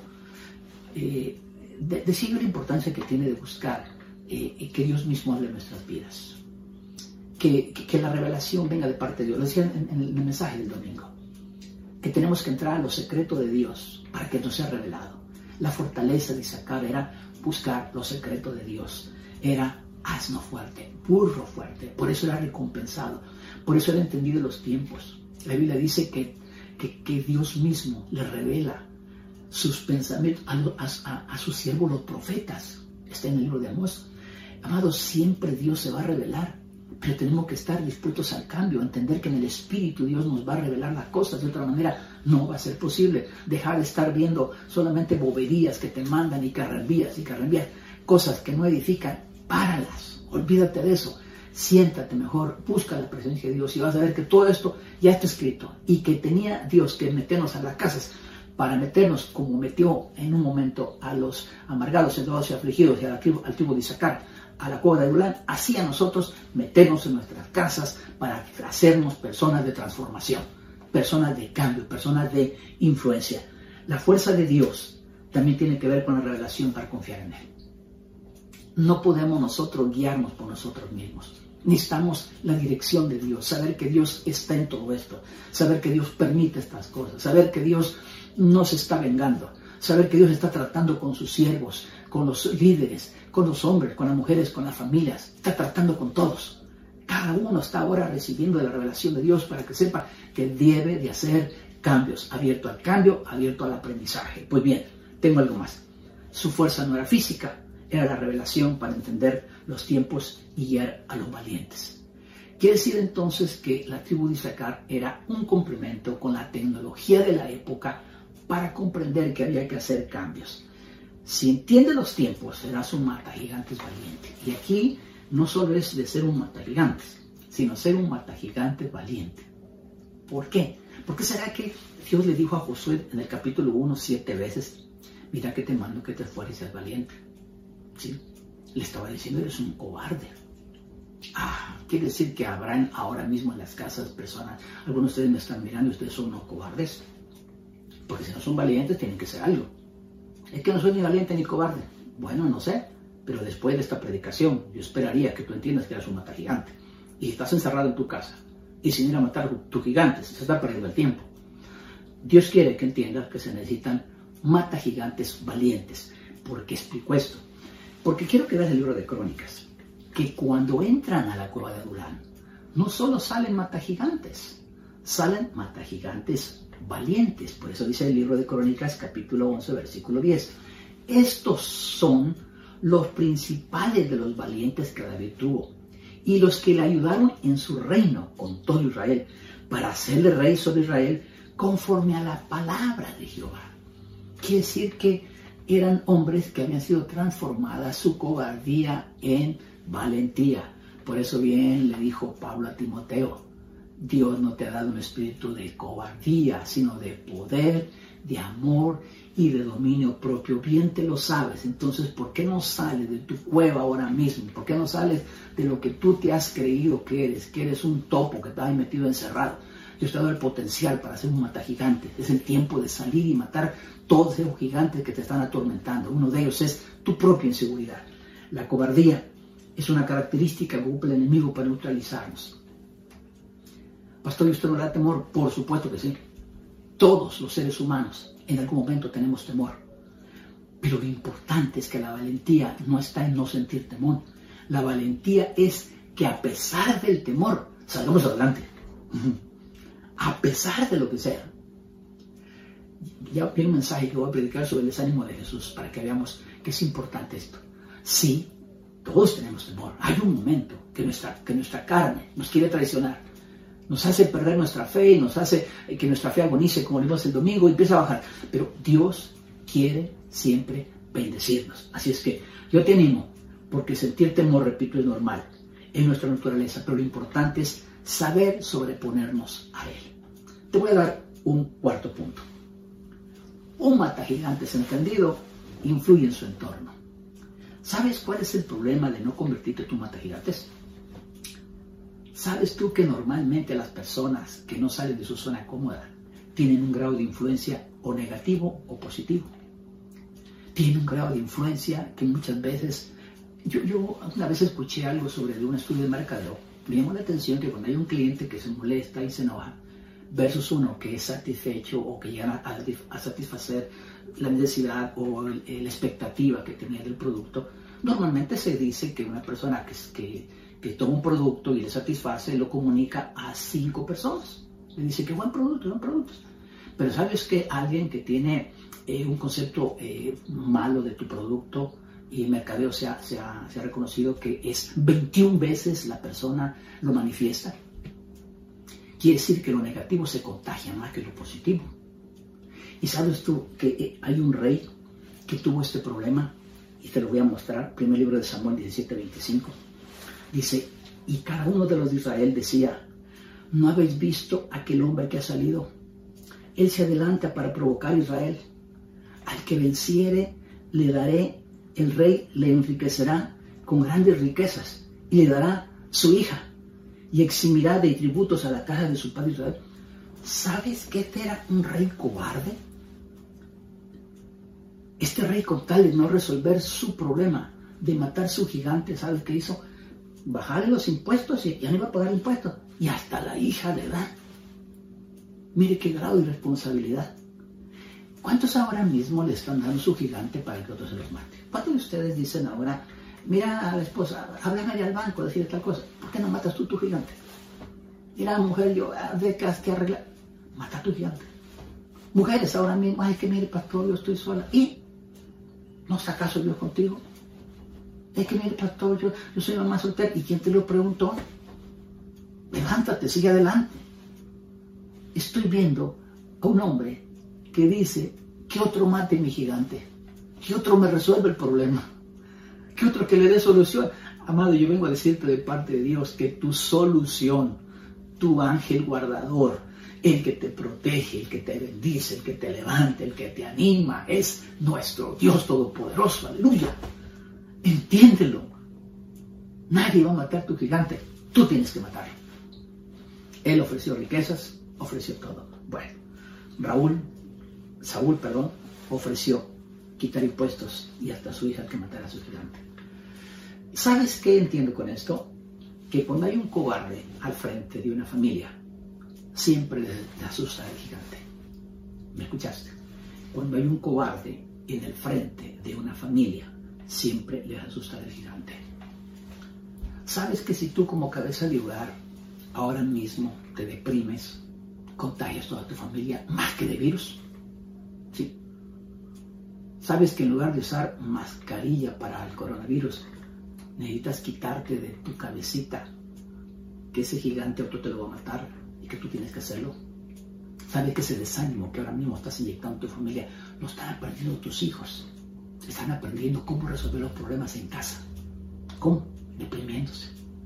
decía la importancia que tiene de buscar que Dios mismo hable en nuestras vidas. Que la revelación venga de parte de Dios. Lo decía en el mensaje del domingo. Que tenemos que entrar a lo secreto de Dios para que nos sea revelado. La fortaleza de Isaacar era buscar lo secreto de Dios. Era asno fuerte, burro fuerte. Por eso era recompensado. Por eso era entendido los tiempos. La Biblia dice que Dios mismo le revela sus pensamientos a sus siervos los profetas. Está en el libro de Amós. Amados, siempre Dios se va a revelar, pero tenemos que estar dispuestos al cambio, entender que en el Espíritu Dios nos va a revelar las cosas. De otra manera no va a ser posible. Dejar de estar viendo solamente boberías que te mandan y carrambías, cosas que no edifican. Páralas, olvídate de eso. Siéntate mejor, busca la presencia de Dios y vas a ver que todo esto ya está escrito, y que tenía Dios que meternos a las casas para meternos, como metió en un momento a los amargados, endeudados y afligidos y al tribu de Isaacar a la cueva de Adulán, así a nosotros meternos en nuestras casas para hacernos personas de transformación, personas de cambio, personas de influencia. La fuerza de Dios también tiene que ver con la revelación para confiar en Él. No podemos nosotros guiarnos por nosotros mismos. Necesitamos la dirección de Dios, saber que Dios está en todo esto, saber que Dios permite estas cosas, saber que Dios no se está vengando, saber que Dios está tratando con sus siervos, con los líderes, con los hombres, con las mujeres, con las familias, está tratando con todos. Cada uno está ahora recibiendo la revelación de Dios para que sepa que debe de hacer cambios, abierto al cambio, abierto al aprendizaje. Pues bien, tengo algo más. Su fuerza no era física, era la revelación para entender los tiempos y guiar a los valientes. Quiere decir entonces que la tribu de Isaacar era un complemento con la tecnología de la época para comprender que había que hacer cambios. Si entiende los tiempos, serás un matagigantes valiente. Y aquí no solo es de ser un matagigantes, sino ser un matagigantes valiente. ¿Por qué? ¿Por qué será que Dios le dijo a Josué en el capítulo 1 7 veces, mira que te mando que te fueres y seas valiente? ¿Sí? Le estaba diciendo, eres un cobarde. Quiere decir que habrán ahora mismo en las casas personas, algunos de ustedes me están mirando y ustedes son unos cobardes. Porque si no son valientes tienen que ser algo. Es que no soy ni valiente ni cobarde. Bueno, no sé, pero después de esta predicación yo esperaría que tú entiendas que eres un matagigante. Y estás encerrado en tu casa y sin ir a matar tu gigante, se está perdiendo el tiempo. Dios quiere que entiendas que se necesitan matagigantes valientes. ¿Por qué explico esto? Porque quiero que veas el libro de Crónicas, que cuando entran a la cueva de Adulán, no solo salen matagigantes, salen matagigantes valientes. Por eso dice el libro de Crónicas, capítulo 11, versículo 10. Estos son los principales de los valientes que David tuvo, y los que le ayudaron en su reino con todo Israel, para hacerle rey sobre Israel conforme a la palabra de Jehová. Quiere decir que eran hombres que habían sido transformadas su cobardía en valentía. Por eso bien le dijo Pablo a Timoteo, Dios no te ha dado un espíritu de cobardía, sino de poder, de amor y de dominio propio. Bien te lo sabes. Entonces, ¿por qué no sales de tu cueva ahora mismo? ¿Por qué no sales de lo que tú te has creído que eres un topo que está ahí metido encerrado? Dios te ha dado el potencial para ser un matagigante. Es el tiempo de salir y matar todos esos gigantes que te están atormentando. Uno de ellos es tu propia inseguridad. La cobardía es una característica que ocupa el enemigo para neutralizarnos. Pastor, ¿y usted no le da temor? Por supuesto que sí. Todos los seres humanos en algún momento tenemos temor. Pero lo importante es que la valentía no está en no sentir temor. La valentía es que a pesar del temor, salgamos adelante. A pesar de lo que sea. Ya vi un mensaje que voy a predicar sobre el desánimo de Jesús para que veamos que es importante esto. Sí, todos tenemos temor. Hay un momento que nuestra carne nos quiere traicionar. Nos hace perder nuestra fe y nos hace que nuestra fe agonice, como vimos el domingo, y empieza a bajar. Pero Dios quiere siempre bendecirnos. Así es que yo te animo, porque sentir temor, repito, es normal. Es nuestra naturaleza, pero lo importante es saber sobreponernos a él. Te voy a dar un cuarto punto. Un matagigantes entendido influye en su entorno. ¿Sabes cuál es el problema de no convertirte en tu matagigantes? ¿Sabes tú que normalmente las personas que no salen de su zona cómoda tienen un grado de influencia o negativo o positivo? Tienen un grado de influencia que muchas veces... Yo una vez escuché algo sobre un estudio de mercadeo. Me llamó la atención que cuando hay un cliente que se molesta y se enoja, versus uno que es satisfecho o que llega a satisfacer la necesidad o la expectativa que tenía del producto, normalmente se dice que una persona que toma un producto y le satisface, lo comunica a 5 personas. Le dice que buen producto, buen producto. Pero sabes que alguien que tiene un concepto malo de tu producto, y el mercadeo se ha reconocido que es 21 veces la persona lo manifiesta, quiere decir que lo negativo se contagia más que lo positivo. Y sabes tú que hay un rey que tuvo este problema, y te lo voy a mostrar. Primer libro de Samuel 17:25. Dice: y cada uno de los de Israel decía: ¿no habéis visto aquel hombre que ha salido? Él se adelanta para provocar a Israel. Al que venciere le daré, el rey le enriquecerá con grandes riquezas, y le dará su hija, y eximirá de tributos a la casa de su padre Israel. ¿Sabes que este era un rey cobarde? Este rey, con tal de no resolver su problema de matar su gigante, ¿sabes qué hizo? Bajarle los impuestos, y ya no iba a pagar impuestos, y hasta la hija le da. Mire qué grado de irresponsabilidad. ¿Cuántos ahora mismo le están dando su gigante para que otros se los mate? ¿Cuántos de ustedes dicen ahora: mira a la esposa, háblame al banco, decirle tal cosa, ¿por qué no matas tú tu gigante? Mira, mujer, yo de que arreglar, mata tu gigante. Mujeres ahora mismo: ay, que mire, pastor, yo estoy sola. ¿Y no está acaso Dios contigo? Es que mire, pastor, yo soy mamá soltera. ¿Y quién te lo preguntó? Levántate, sigue adelante. Estoy viendo a un hombre que dice: que otro mate mi gigante, que otro me resuelva el problema, que otro que le dé solución. Amado, yo vengo a decirte de parte de Dios que tu solución, tu ángel guardador, el que te protege, el que te bendice, el que te levanta, el que te anima, es nuestro Dios Todopoderoso. Aleluya. Entiéndelo. Nadie va a matar tu gigante, tú tienes que matarlo. Él ofreció riquezas, ofreció todo. Bueno, Saúl, ofreció quitar impuestos y hasta a su hija que matara a su gigante. ¿Sabes qué entiendo con esto? Que cuando hay un cobarde al frente de una familia, siempre le asusta el gigante. ¿Me escuchaste? Cuando hay un cobarde en el frente de una familia, siempre les asusta el gigante. ¿Sabes que si tú, como cabeza de hogar, ahora mismo te deprimes, contagias toda tu familia más que de virus? ¿Sí? ¿Sabes que en lugar de usar mascarilla para el coronavirus, necesitas quitarte de tu cabecita que ese gigante otro te lo va a matar y que tú tienes que hacerlo? ¿Sabes que ese desánimo que ahora mismo estás inyectando en tu familia lo están aprendiendo tus hijos? Están aprendiendo cómo resolver los problemas en casa. ¿Cómo? Deprimiéndose.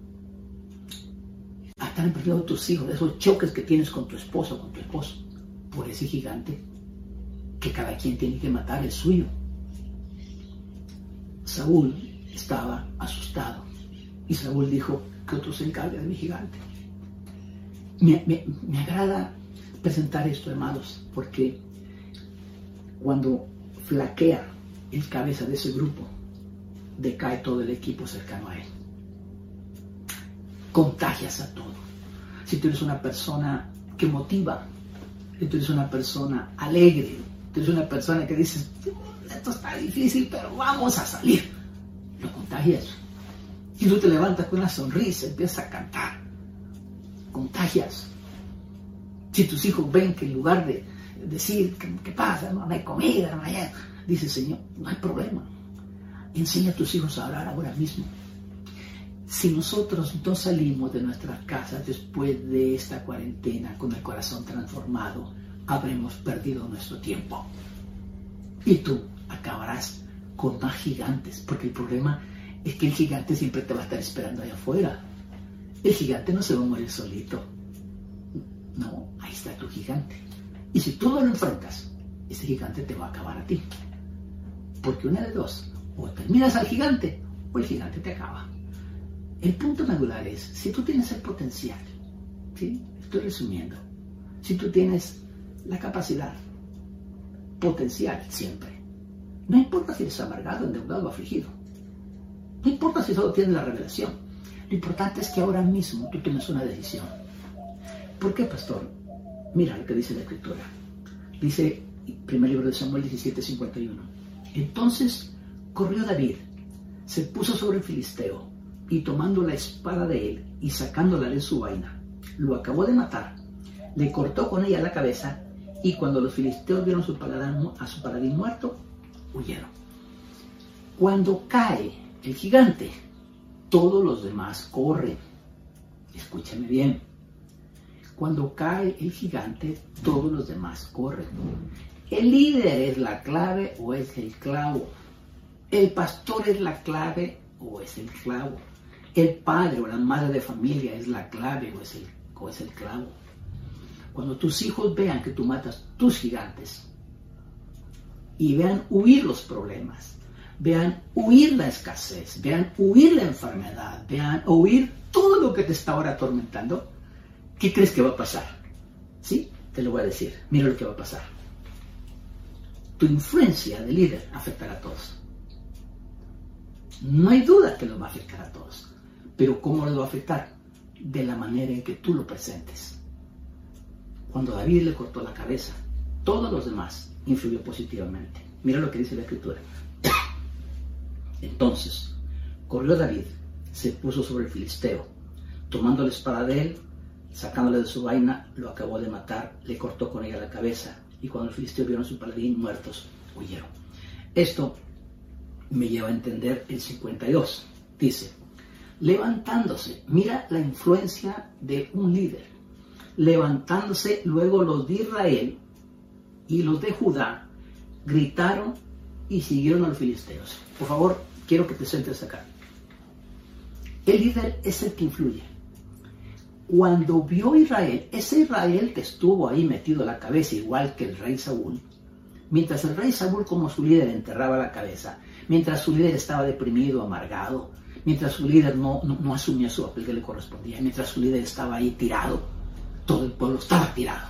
Están aprendiendo tus hijos esos choques que tienes con tu esposo o con tu esposo por ese gigante que cada quien tiene que matar el suyo. Saúl estaba asustado y Saúl dijo: que otro se encargue de mi gigante. Me agrada presentar esto, hermanos, porque cuando flaquea el cabeza de ese grupo, decae todo el equipo cercano a él. Contagias a todo. Si tú eres una persona que motiva, si tú eres una persona alegre, tú eres una persona que dices: esto está difícil, pero vamos a salir, lo contagias. Si tú te levantas con una sonrisa, empiezas a cantar, contagias. Si tus hijos ven que en lugar de decir: ¿qué pasa? No hay comida, no hay... dice: Señor, no hay problema. Enseña a tus hijos a orar ahora mismo. Si nosotros no salimos de nuestras casas después de esta cuarentena con el corazón transformado, habremos perdido nuestro tiempo. Y tú acabarás con más gigantes, porque el problema es que el gigante siempre te va a estar esperando allá afuera. El gigante no se va a morir solito. No, ahí está tu gigante. Y si tú no lo enfrentas, ese gigante te va a acabar a ti. Porque una de dos: o terminas al gigante o el gigante te acaba. El punto medular es: si tú tienes el potencial, ¿sí? Estoy resumiendo, si tú tienes la capacidad, potencial siempre, no importa si eres amargado, endeudado o afligido, no importa si solo tienes la revelación, lo importante es que ahora mismo tú tomes una decisión. ¿Por qué, pastor? Mira lo que dice la Escritura. Dice, primer libro de Samuel 17:51. Entonces corrió David, se puso sobre el filisteo, y tomando la espada de él y sacándola de su vaina, lo acabó de matar, le cortó con ella la cabeza Y cuando los filisteos vieron a su paladín muerto, huyeron. Cuando cae el gigante, todos los demás corren. Escúchame bien. Cuando cae el gigante, todos los demás corren. ¿El líder es la clave o es el clavo? ¿El pastor es la clave o es el clavo? ¿El padre o la madre de familia es la clave o es el clavo? Cuando tus hijos vean que tú matas tus gigantes y vean huir los problemas, vean huir la escasez, vean huir la enfermedad, vean huir todo lo que te está ahora atormentando, ¿qué crees que va a pasar? Sí, te lo voy a decir. Mira lo que va a pasar. Tu influencia de líder afectará a todos. No hay duda que los va a afectar a todos. Pero ¿cómo los va a afectar? De la manera en que tú lo presentes. Cuando David le cortó la cabeza, todos los demás influyó positivamente. Mira lo que dice la Escritura. Entonces, corrió David, se puso sobre el filisteo, tomando la espada de él, sacándole de su vaina, lo acabó de matar, le cortó con ella la cabeza, y cuando el filisteo vieron a su paladín muertos, huyeron. Esto me lleva a entender el 52. Dice, levantándose, mira la influencia de un líder. Levantándose luego los de Israel y los de Judá gritaron y siguieron a los filisteos. Por favor, quiero que te sientes acá. El líder es el que influye. Cuando vio Israel, ese Israel que estuvo ahí metido a la cabeza igual que el rey Saúl, mientras el rey Saúl como su líder enterraba la cabeza, mientras su líder estaba deprimido, amargado, mientras su líder no asumía su papel que le correspondía, mientras su líder estaba ahí tirado, todo el pueblo estaba tirado.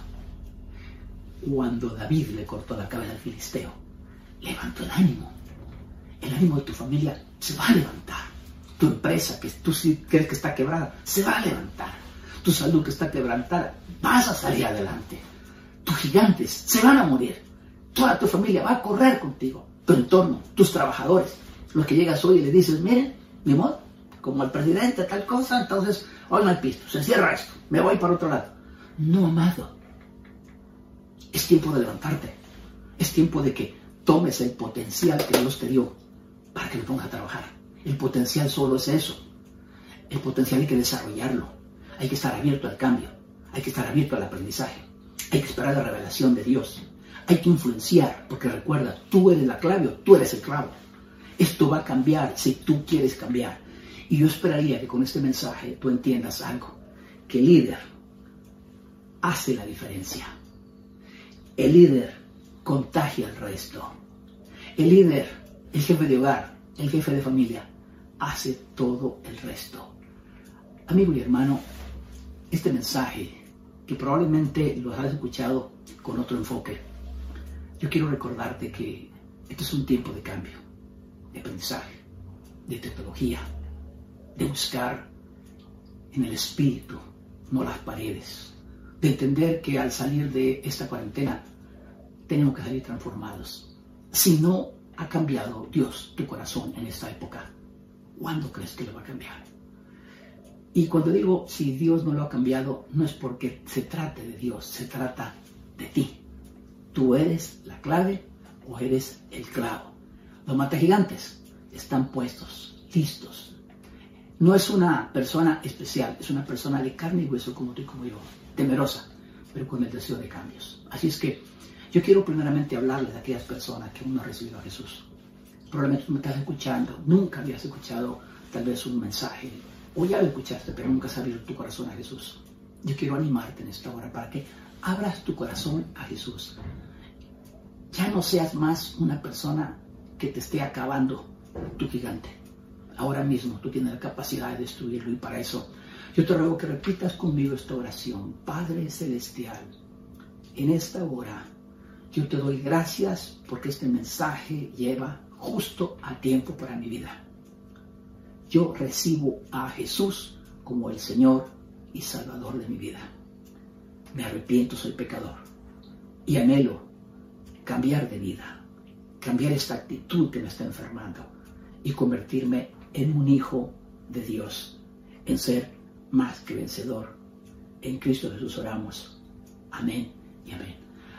Cuando David le cortó la cabeza al filisteo, levantó el ánimo. El ánimo de tu familia se va a levantar. Tu empresa, que tú sí crees que está quebrada, se va a levantar. Tu salud que está quebrantada, vas a salir adelante. Tus gigantes se van a morir. Toda tu familia va a correr contigo. Tu entorno, tus trabajadores, los que llegas hoy y le dices, miren, mi modo, como el presidente tal cosa, entonces hoy no hay pisto, se cierra esto, me voy para otro lado. No, amado. Es tiempo de levantarte. Es tiempo de que tomes el potencial que Dios te dio para que lo pongas a trabajar. El potencial solo es eso. El potencial hay que desarrollarlo. Hay que estar abierto al cambio. Hay que estar abierto al aprendizaje. Hay que esperar la revelación de Dios. Hay que influenciar, porque recuerda, tú eres la clave o tú eres el clavo. Esto va a cambiar si tú quieres cambiar. Y yo esperaría que con este mensaje tú entiendas algo. Que el líder hace la diferencia. El líder contagia al resto. El líder, el jefe de hogar, el jefe de familia, hace todo el resto. Amigo y hermano, este mensaje, que probablemente lo has escuchado con otro enfoque, yo quiero recordarte que este es un tiempo de cambio, de aprendizaje, de tecnología, de buscar en el espíritu, no las paredes, de entender que al salir de esta cuarentena tenemos que salir transformados. Si no ha cambiado Dios tu corazón en esta época, ¿cuándo crees que lo va a cambiar? Y cuando digo si Dios no lo ha cambiado, no es porque se trate de Dios, se trata de ti. ¿Tú eres la clave o eres el clavo? Los matagigantes están puestos, listos. No es una persona especial, es una persona de carne y hueso como tú y como yo, temerosa, pero con el deseo de cambios. Así es que yo quiero primeramente hablarles de aquellas personas que aún no han recibido a Jesús. Probablemente tú me estás escuchando, nunca habías escuchado tal vez un mensaje, o ya lo escuchaste, pero nunca has abierto tu corazón a Jesús. Yo quiero animarte en esta hora para que abras tu corazón a Jesús. Ya no seas más una persona que te esté acabando tu gigante. Ahora mismo tú tienes la capacidad de destruirlo y para eso yo te ruego que repitas conmigo esta oración. Padre Celestial, en esta hora yo te doy gracias porque este mensaje lleva justo a tiempo para mi vida. Yo recibo a Jesús como el Señor y Salvador de mi vida. Me arrepiento, soy pecador y anhelo cambiar de vida, cambiar esta actitud que me está enfermando y convertirme en un hijo de Dios, en ser más que vencedor. En Cristo Jesús oramos. Amén y amén.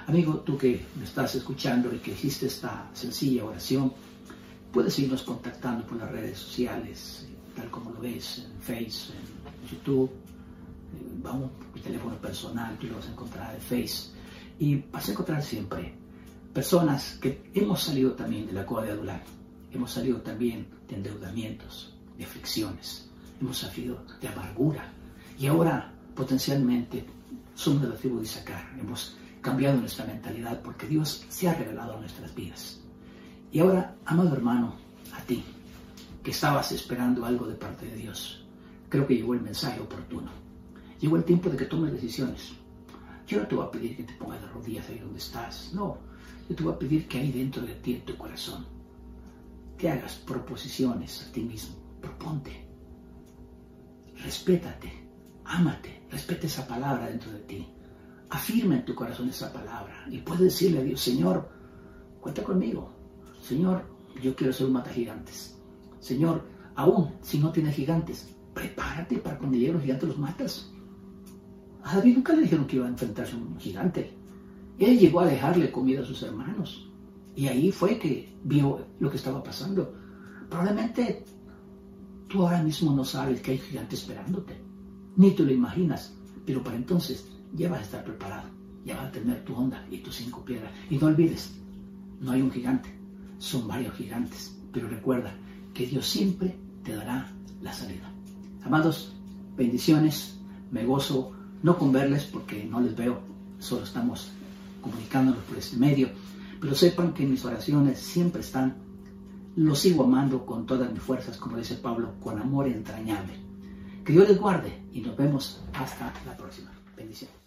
Amigo, tú que me estás escuchando y que hiciste esta sencilla oración, puedes irnos contactando por las redes sociales, tal como lo ves, en Facebook, en YouTube, vamos, mi teléfono personal, tú lo vas a encontrar en Face, y vas a encontrar siempre personas que hemos salido también de la cueva de Adulam, hemos salido también de endeudamientos, de aflicciones, hemos salido de amargura, y ahora potencialmente somos de la tribu de Isaacar, hemos cambiado nuestra mentalidad porque Dios se ha revelado a nuestras vidas. Y ahora, amado hermano, a ti, que estabas esperando algo de parte de Dios, creo que llegó el mensaje oportuno. Llegó el tiempo de que tomes decisiones. Yo no te voy a pedir que te pongas de rodillas ahí donde estás, no. Yo te voy a pedir que ahí dentro de ti, en tu corazón, te hagas proposiciones a ti mismo. Proponte. Respétate. Ámate. Respeta esa palabra dentro de ti. Afirma en tu corazón esa palabra y puedes decirle a Dios: Señor, cuenta conmigo. Señor, yo quiero ser un matagigantes. Señor, aún si no tienes gigantes, prepárate para cuando lleguen los gigantes los matas. A David nunca le dijeron que iba a enfrentarse a un gigante. Él llegó a dejarle comida a sus hermanos. Y ahí fue que vio lo que estaba pasando. Probablemente tú ahora mismo no sabes que hay gigantes esperándote. Ni te lo imaginas. Pero para entonces ya vas a estar preparado. Ya vas a tener tu onda y tus 5 piedras. Y no olvides, no hay un gigante. Son varios gigantes. Pero recuerda que Dios siempre te dará la salida. Amados, bendiciones. Me gozo no con verles porque no les veo. Solo estamos comunicándonos por este medio. Pero sepan que mis oraciones siempre están. Los sigo amando con todas mis fuerzas, como dice Pablo, con amor entrañable. Que Dios les guarde y nos vemos hasta la próxima. Bendiciones.